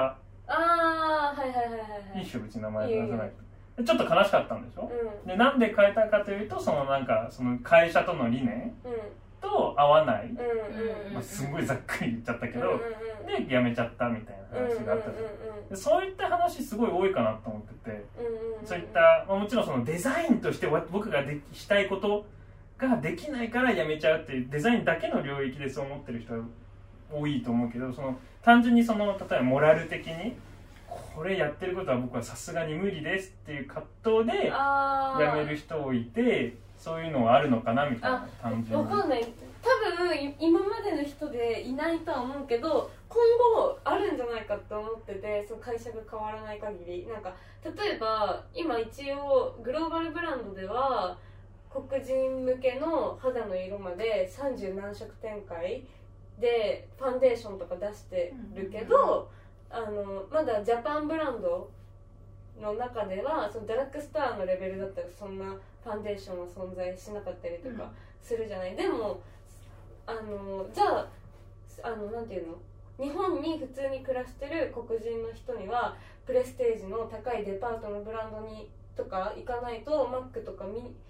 はいいいっしょ別に名前出さないと。ちょっと悲しかったんでしょ、でなんで変えたかというと、その会社との理念と合わない、すごいざっくり言っちゃったけど、で辞めちゃったみたいな話があったじゃん。でそういった話すごい多いかなと思ってて、そういった、もちろんそのデザインとして僕がしたいことができないから辞めちゃうっていうデザインだけの領域でそう思ってる人は多いと思うけど、単純に例えばモラル的にこれやってることは僕はさすがに無理ですっていう葛藤で辞める人もいて、そういうのはあるのかなみたいな。単純に分かんない。多分今までの人でいないとは思うけど、今後あるんじゃないかって思ってて、その会社が変わらない限り。なんか例えば今一応グローバルブランドでは黒人向けの肌の色まで30何色展開でファンデーションとか出してるけど、まだジャパンブランドの中ではそのドラッグストアのレベルだったらそんなファンデーションは存在しなかったりとかするじゃない。でもじゃあなんていうの、日本に普通に暮らしてる黒人の人にはプレステージの高いデパートのブランドにとか行かないと、マックとか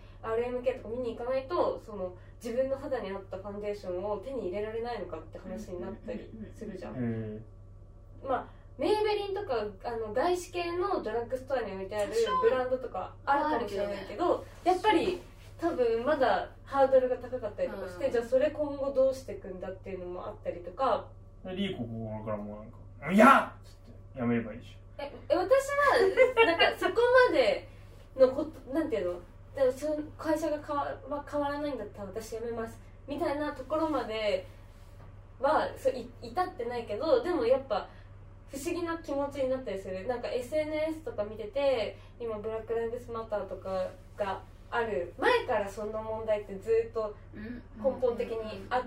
RMK とか見に行かないと、その自分の肌に合ったファンデーションを手に入れられないのかって話になったりするじゃん。メイベリンとか外資系のドラッグストアに置いてあるブランドとかあるかもしれないけど、やっぱり多分まだハードルが高かったりとかして、じゃあそれ今後どうしていくんだっていうのもあったりとか。 リーコこからもうなんか「いやっ!」ってやめればいいし。 私はなんかそこまでのなんていうの、でもその会社が変わらないんだったら私辞めますみたいなところまでは至ってないけど、でもやっぱ不思議な気持ちになったりする。なんか SNS とか見てて、今ブラック・ライブズ・マターとかがある前からそんな問題ってずっと根本的にあって、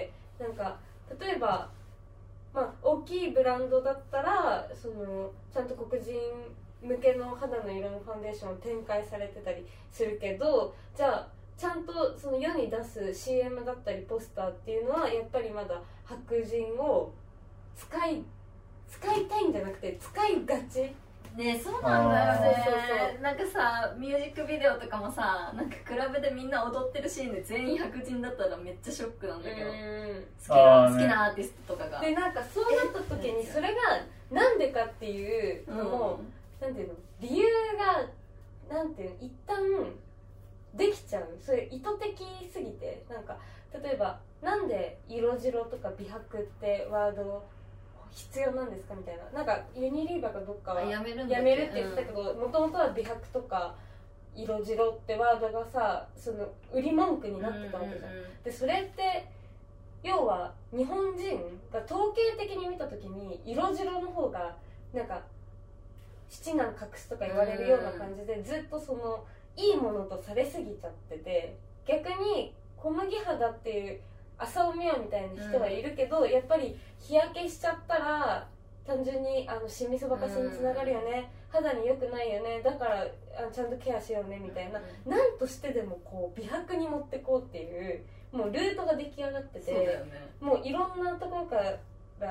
なんか例えば大きいブランドだったらちゃんと黒人向けの肌の色のファンデーションを展開されてたりするけど、じゃあちゃんとその世に出す CM だったりポスターっていうのはやっぱりまだ白人を使いたいんじゃなくて使いがちね。そうなんだよね。なんかさ、ミュージックビデオとかもさ、なんかクラブでみんな踊ってるシーンで全員白人だったらめっちゃショックなんだけど、好きなアーティストとかがで、なんかそうなった時にそれがなんでかっていうのも、なんていうの、理由がなんていうの、一旦できちゃう。それ意図的すぎて、なんか例えばなんで色白とか美白ってワード必要なんですかみたいな。なんかユニリーバーかどっかはやめるって言ってたけど、もともとは美白とか色白ってワードがさ、その売り文句になってたわけじゃん。でそれって要は日本人が統計的に見た時に色白の方がなんか七難隠すとか言われるような感じで、ずっとそのいいものとされすぎちゃってて、逆に小麦肌っていう浅尾美和みたいな人はいるけど、やっぱり日焼けしちゃったら単純にシミそばかすにつながるよね、肌に良くないよね、だからちゃんとケアしようねみたいな、なんとしてでもこう美白に持ってこうっていうもうルートが出来上がってて、もういろんなところから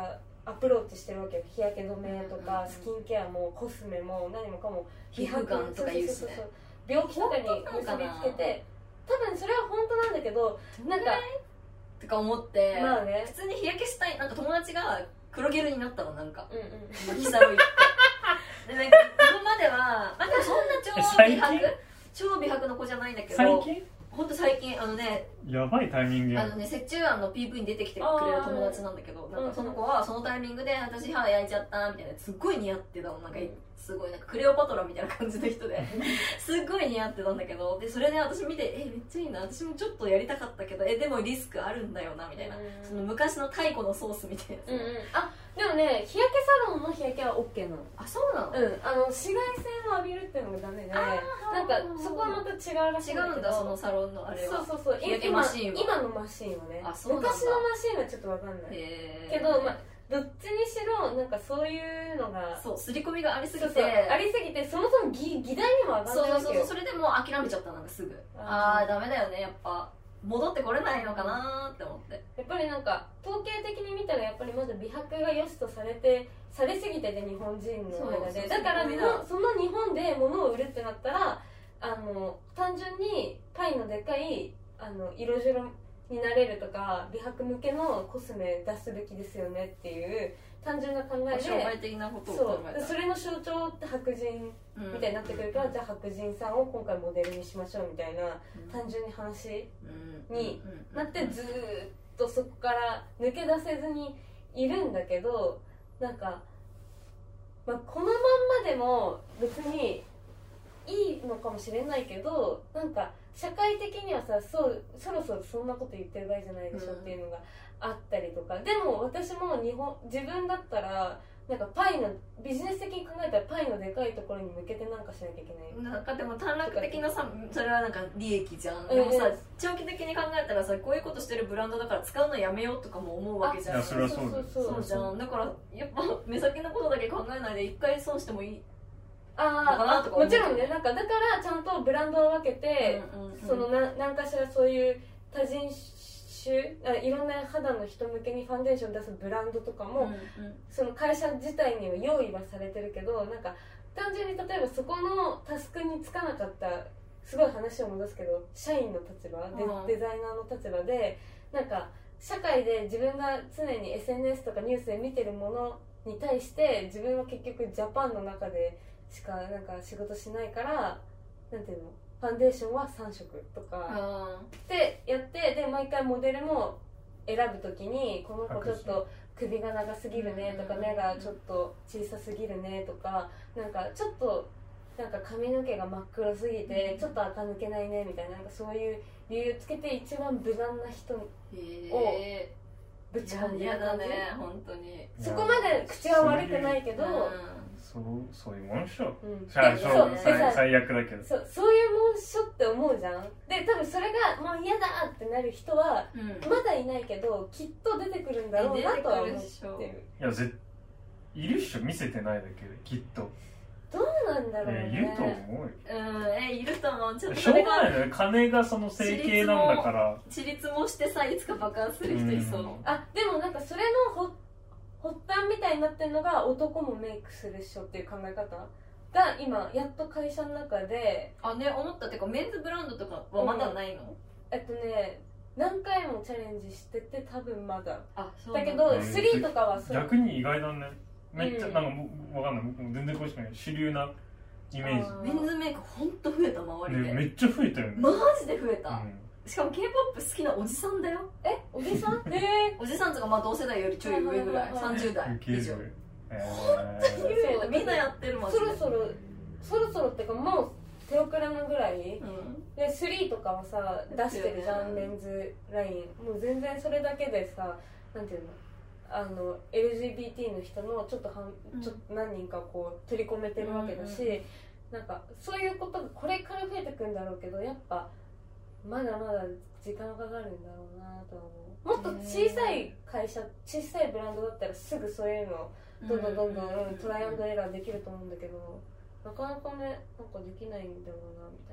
アプローチしてるわけよ。日焼け止めとかスキンケアもコスメも何もかも皮膚がんとか言うしね、 病気とかに結びつけて、多分それは本当なんだけど、なんかとか思って、 まあね、 普通に日焼けしたい、なんか友達が黒ゲルになったの、なんかうんヒサロ行ってでなんか自分までは、まあ、でもそんな超美白の子じゃないんだけど、 最近本当最近やばいタイミングや折衷案の PV に出てきてくれる友達なんだけど、なんかその子はそのタイミングで私歯焼いちゃったみたいな、すっごい似合ってたの、なんかすごいなんかクレオパトラみたいな感じの人ですっごい似合ってたんだけど、でそれで私見てめっちゃいいな、私もちょっとやりたかったけどでもリスクあるんだよなみたいな、その昔の太古のソースみたいな、 あ、でもね、日焼けサロンの日焼けは OK なの。 あ、そうなの？ 紫外線を浴びるっていうのがダメで、なんかそこはまた違うらしいんだけど。 違うんだ、そのサロンのあれは。 そう日焼けマシーンは今のマシーンはね、昔のマシーンはちょっとわかんないけど、まあどっちにしろなんかそういうのが刷り込みがありすぎてそもそも議題にも上がらないわけよ。 それでもう諦めちゃった、なんかすぐダメだよね、やっぱ戻ってこれないのかなって思って。 やっぱりなんか統計的に見たらやっぱりまだ美白が良しとされすぎてて、日本人の間で。だからその日本で物を売るってなったら単純にパイのでかい色白になれるとか美白向けのコスメ出すべきですよねっていう単純な考えで、 商売的なことを考えた。 それの象徴って白人みたいになってくるから、じゃあ白人さんを今回モデルにしましょうみたいな、単純に話になってずーっとそこから抜け出せずにいるんだけど、なんか、まあ、このまんまでも別にいいのかもしれないけど、なんか社会的にはさ、そろそろそんなこと言ってる場合じゃないでしょっていうのがあったりとか、でも私も自分だったらなんかパイのビジネス的に考えたらパイのでかいところに向けてなんかしなきゃいけない。 なんかでも短絡的なさ、それはなんか利益じゃん。でもさ、長期的に考えたらさ、こういうことしてるブランドだから使うのやめようとかも思うわけじゃん。 それはそうじゃん。だからやっぱ目先のことだけ考えないで一回損してもいい。 もちろんね、なんかだからちゃんとブランドを分けて、その何かしらそういう多人種いろんな肌の人向けにファンデーション出すブランドとかも、その会社自体には用意はされてるけど、なんか単純に例えばそこのタスクにつかなかった、すごい話を戻すけど社員の立場デザイナーの立場で、なんか社会で自分が常に SNS とかニュースで見てるものに対して自分は結局ジャパンの中でしかなんか仕事しないから、なんていうの、ファンデーションは3色とかってやって、で毎回モデルも選ぶときにこの子ちょっと首が長すぎるねとか目がちょっと小さすぎるねとか、なんかちょっとなんか髪の毛が真っ黒すぎてちょっと垢抜けないねみたいな、なんかそういう理由つけて一番無難な人をぶち込んでる感じ。 本当にそこまで口は悪くないけど、 そういうもんっしょ、最悪だけど、 そういうもんっしょって思うじゃん。で多分それがもう嫌だってなる人はまだいないけど、きっと出てくるんだろうなとは思ってる。 いるっしょ、見せてないだけできっと。 どうなんだろうね。 いると思うよ。 いると思う。ちょっとしょうがないよね、金がその生計なんだから。 自立もしてさ、いつか爆発する人いそう。 でもなんかそれの発端みたいになってるのが、男もメイクするっしょっていう考え方が今やっと会社の中で思ったっていうか、メンズブランドとかはまだないの？ 何回もチャレンジしてて多分まだそうだけど、3とかは逆に意外だね。めっちゃなんかわかんない、僕も全然詳しくない、主流なイメージ。メンズメイクほんと増えた、周りで。 めっちゃ増えたよね。 マジで増えた。しかも K-POP 好きなおじさんだよ。 おじさん？ おじさんとかまあ同世代よりちょい上ぐらい、30代以上。本当に増えた。みんなやってるもん。 そろそろってかもう手遅れなぐらいで、3とかはさ出してるじゃん、メンズライン。もう全然それだけでさ、なんていうの、LGBT の人のちょっと何人かこう取り込めてるわけだし、なんかそういうことがこれから増えてくんだろうけど、やっぱまだまだ時間かかるんだろうなとは思う。もっと小さい会社、小さいブランドだったらすぐそういうのどんどんトライアンドエラーできると思うんだけど、なかなかね、なんかできないんだろうなみたいな。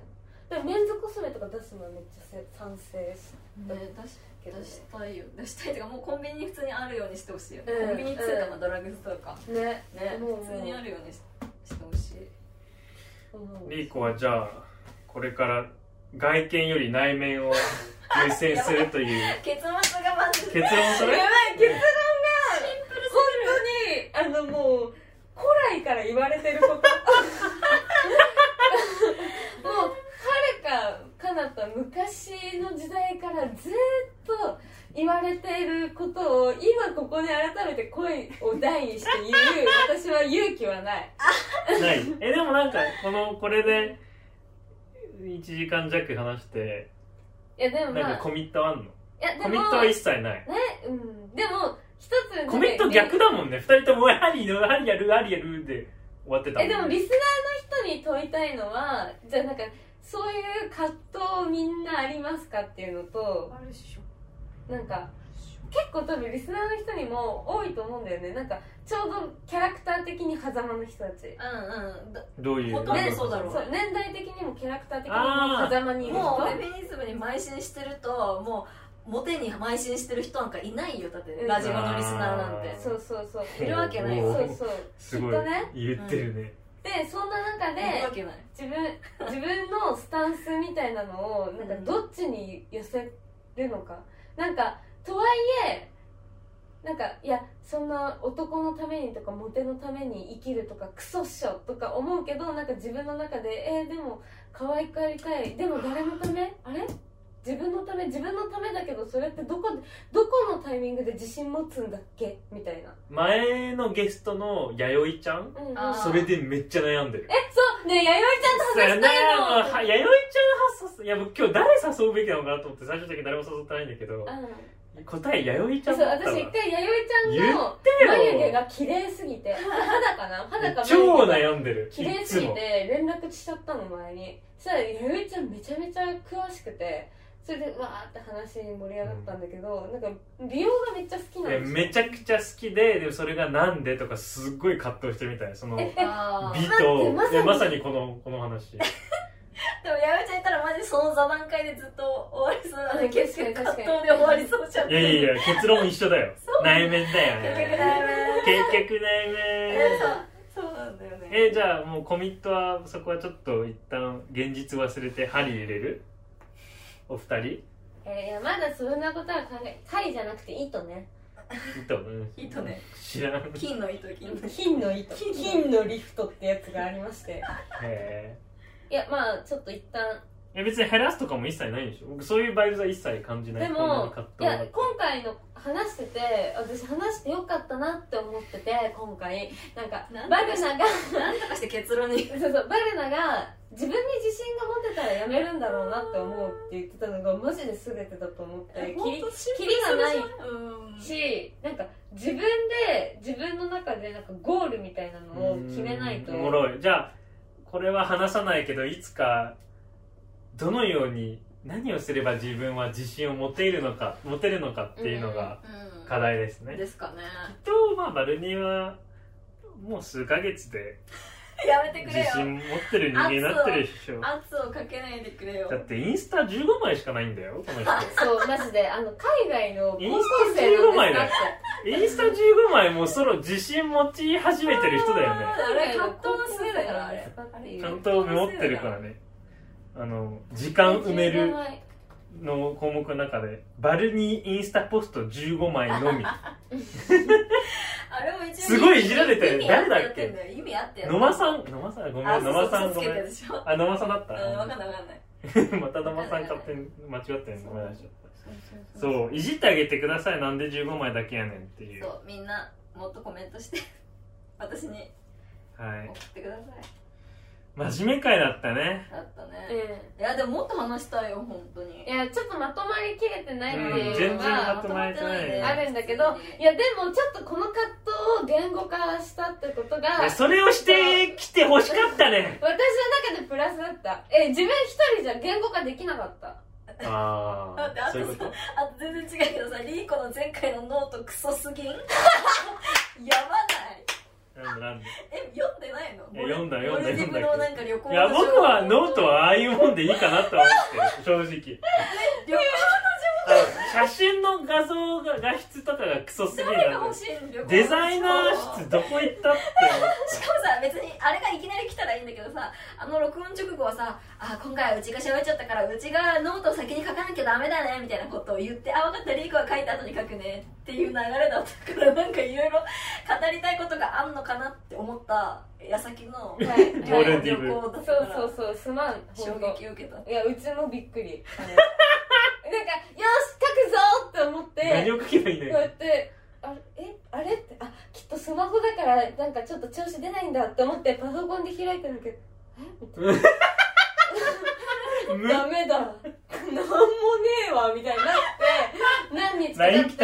でもメンズコスメとか出すのはめっちゃ賛成し出したいよ。出したいというか、もうコンビニに普通にあるようにしてほしいよ、 うん、 コンビニっていうか、まあドラッグストアかねもう普通にあるようにしてほしい。 リーコはじゃあこれから外見より内面を優先するという結末がまず結論それやばい、結論が本当にもう古来から言われてることもうかなた昔の時代からずっと言われていることを今ここで改めて声を大にして言う私は勇気はないない。でもなんかこれで1時間弱話して、 いやでも、 なんかコミットあんの？ いやでもコミットは一切ない。 ね、でも一つコミット逆だもんね。2人ともハリやるで終わってたもんね。 でもリスナーの人に問いたいのは、じゃあなんかそういう葛藤みんなありますかっていうのと、 あるでしょ。 なんか結構多分リスナーの人にも多いと思うんだよね。なんかちょうどキャラクター的に狭間の人たち、 どういうほとんどそうだろう。 そう年代的にもキャラクター的にも狭間にいる人、 もうフェミニズムに邁進してると、もうモテに邁進してる人なんかいないよ。だってラジオのリスナーなんてそういるわけないよ。 そうすごいきっとね言ってるね。 でそんな中でいるわけない。 自分のスタンスみたいなのをなんかどっちに寄せるのか、なんかとはいえなんかいやそんな男のためにとかモテのために生きるとかクソっしょとか思うけど、なんか自分の中ででも可愛くありたい、でも誰のため、あれ自分のためだけど、それってどこのタイミングで自信持つんだっけみたいな。 前のゲストの弥生ちゃん、それでめっちゃ悩んでる。 そうね、弥生ちゃんと話したいの。 弥生ちゃん発想、いや僕今日誰誘うべきなのかなと思って最初だけ誰も誘ってないんだけど、答え弥生ちゃんだったわ。 そう、私一回弥生ちゃんの眉毛が綺麗すぎて、肌か超悩んでる。 綺麗すぎて連絡しちゃったの前に。そしたら弥生ちゃんめちゃめちゃ詳しくて、それでわーって話に盛り上がったんだけど、なんか美容がめっちゃ好きなんですよ。 めちゃくちゃ好きで、でもそれがなんでとかすっごい葛藤してるみたい。その美とまさにこの話。 でもやめちゃったらマジその座談会でずっと終わりそうなの。結局葛藤で終わりそうじゃん。 いや結論一緒だよ。内面だよね。結局内面。 そうなんだよね。 じゃあもうコミットはそこはちょっと一旦現実忘れて針入れる？お二人？ いやまだそんなことは針じゃなくて糸ね。 糸ね。 知らん。 金のリフトってやつがありまして。いやまあちょっと一旦。 いや別に減らすとかも一切ないでしょ。僕そういうバイブスは一切感じない。 でもいや今回の話してて、私話してよかったなって思ってて、今回なんかバルナがなんとかして結論にバルナが自分に自信が持てたらやめるんだろうなって思うって言ってたのがマジで全てだと思って、キリがないし、なんか自分の中でなんかゴールみたいなのを決めないと。 おもろい。じゃあこれは話さないけど、いつかどのように何をすれば自分は自信を持てるのかっていうのが課題ですね。 ですかね。 きっとまあバルニーはもう数ヶ月でやめてくれよ。 自信持ってる人間になってるでしょ。 圧をかけないでくれよ。 だってインスタ15枚しかないんだよこの人。 そうマジで海外の高校インスタ生 15枚だよ。インスタ15枚もう自信持ち始めてる人だよね。 あれ葛藤の末だからあれ。 ちゃんとメモってるからね。時間埋めるの項目の中でバルニーインスタポスト15枚のみ。 あれも一応すごいいじられたよ。誰だっけ？ 意味あって野間さんごめん。野間さんごめん。野間さんだった。 わかんないまた野間さん勝手に間違ってんのごめんなさい。そういじってあげてください。なんで15枚だけやねんっていう。 そうみんなもっとコメントして私に送ってください。 真面目会だったね。 いやでももっと話したいよ本当に。 いやちょっとまとまりきれてないっていう全然のまとまりてないあるんだけど、いやでもちょっとこの葛藤を言語化したってことが、 それをしてきてほしかったね。 私の中でプラスだった。自分一人じゃ言語化できなかった。 ああ、そういうこと。 あと全然違うけどさ、リーコの前回のノートクソすぎんやばない。 なんで読んでないの？ 読んだモルディブのなんか旅行のいや僕はノートはああいうもんでいいかなと思って正直旅行写真の画像が画質とかがクソすぎる誰が欲しいの？ デザイナー室どこ行ったってしかもさ、別にあれがいきなり来たらいいんだけどさ、録音直後はさ、今回はうちが喋っちゃったからうちがノートを先に書かなきゃダメだねみたいなことを言って、分かった、リーコは書いた後に書くねっていう流れだったから、なんかいろいろ語りたいことがあんのかなって思った矢先の、 モルディブ旅行だったからそうすまん、 衝撃を受けた。 いやうちもびっくりなんかよし書くぞって思って何を書けばいいのよこうやってあれってきっとスマホだからなんかちょっと調子出ないんだって思ってパソコンで開いたんだけどダメだなんもねえわみたいになって何日か経って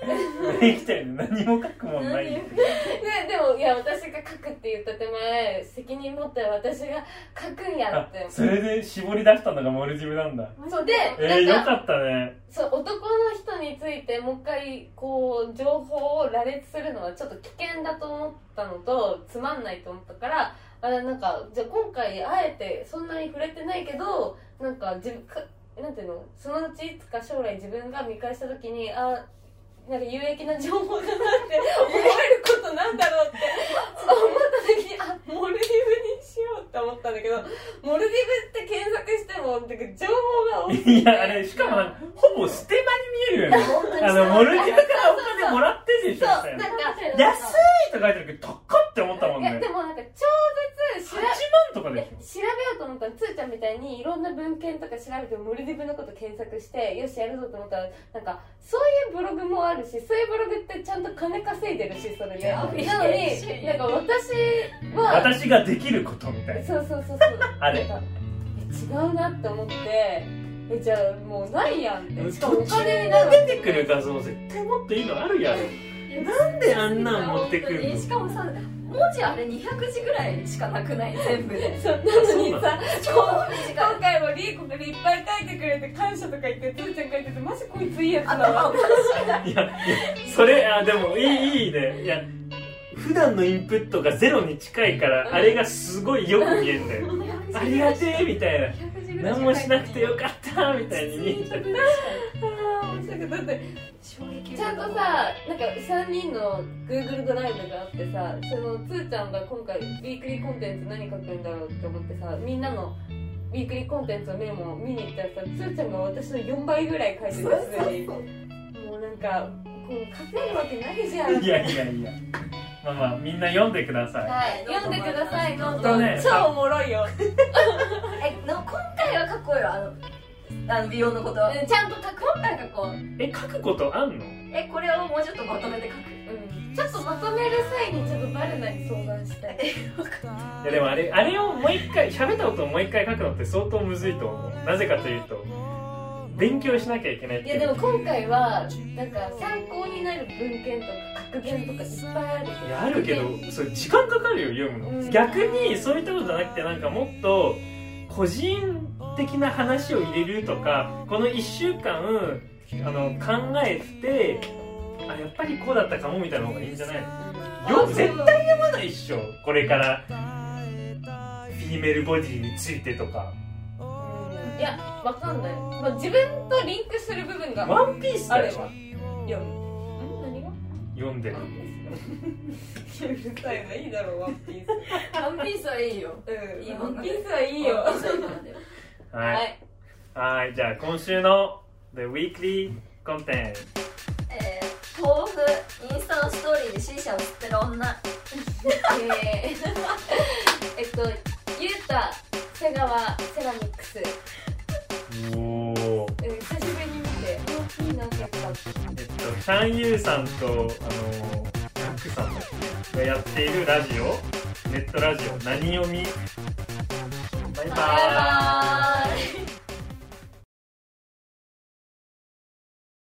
LINE来たよね何も書くもんないでもいや私が書くって言った手前責任持って私が書くんやってそれで絞り出したのがモルディブなんだ。 そうでよかったね。 そう男の人についてもう一回こう情報を羅列するのはちょっと危険だと思ったのとつまんないと思ったからなんかじゃあ今回あえてそんなに触れてないけどなんかなんていうのそのうちいつか将来自分が見返した時になんか有益な情報だなって思えることなんだろうって思った時にモルディブにしようって思ったんだけどモルディブって検索してもなんか情報が多すぎていやあれしかもなんかほぼステマに見えるよねモルディブからお金もらってるでしょ。 そうなんか安いと書いてるけど高っって思ったもんね。 いやでもなんか超絶 8万とかでしょ。 調べようと思ったらつーちゃんみたいにいろんな文献とか調べてモルディブのこと検索してよしやるぞと思ったらなんかそういうブログもあるしそういうブログってちゃんと金稼いでるしそれでなのになんか私ができることみたいなそうあれなんか違うなって思ってじゃあもうないやんってしかもお金になる出てくる画像絶対もっといいのあるやろ。なんであんなん持ってくるの。 しかもさ文字あれ200字ぐらいしかなくない全部でそうなのにさ超短い。 今回もリーコがいっぱい書いてくれて感謝とか言ってつーちゃん書いててマジこいついいやつだわいやそれでもいいね。いや普段のインプットがゼロに近いからあれがすごいよく見えるんだよありがてえみたいな何もしなくてよかったみたいに見えちゃう。 面白くだってちゃんとさなんか3人の Google ドライブがあってさそのつーちゃんが今回ウィークリーコンテンツ何書くんだろうって思ってさみんなのウィークリーコンテンツのメモを見に行ったらさつーちゃんが私の4倍ぐらい書いてるすでにもうなんかこう稼ぐわけないじゃん。 いやまあみんな読んでください。 はい読んでください。ノート超おもろいよ今回は書こうよ美容のこと、 ちゃんと今回書こう。 書くことあんの？ これをもうちょっとまとめて書く。 ちょっとまとめる際にちょっとバルナに相談したい。 いやでもあれをもう一回喋ったことをもう一回書くのって相当むずいと思う。なぜかというと勉強しなきゃいけないっていう。 いやでも今回はなんか参考になる文献とか格言とかいっぱいある。 いやあるけどそれ時間かかるよ読むの、逆にそういったことじゃなくてなんかもっと個人的な話を入れるとかこの1週間考えてやっぱりこうだったかもみたいな方がいいんじゃないの？絶対読まないっしょこれからフィメールボディについてとか。 いやわかんない、自分とリンクする部分がワンピースだよ。 読む。何が読んでる。 うるさいないいだろワンピース。 ワンピースはいいよ。 いいワンピースはいいよ。 はいじゃあ今週の The Weekly Content。 豆腐インスタのストーリーで C 社を吸ってる女。 ゆうた瀬川セラミックス。 おお。 久しぶりに見ていいなってやった。 シャンユーさんとナックさんがやっているラジオネットラジオ何読み。バイバーイ。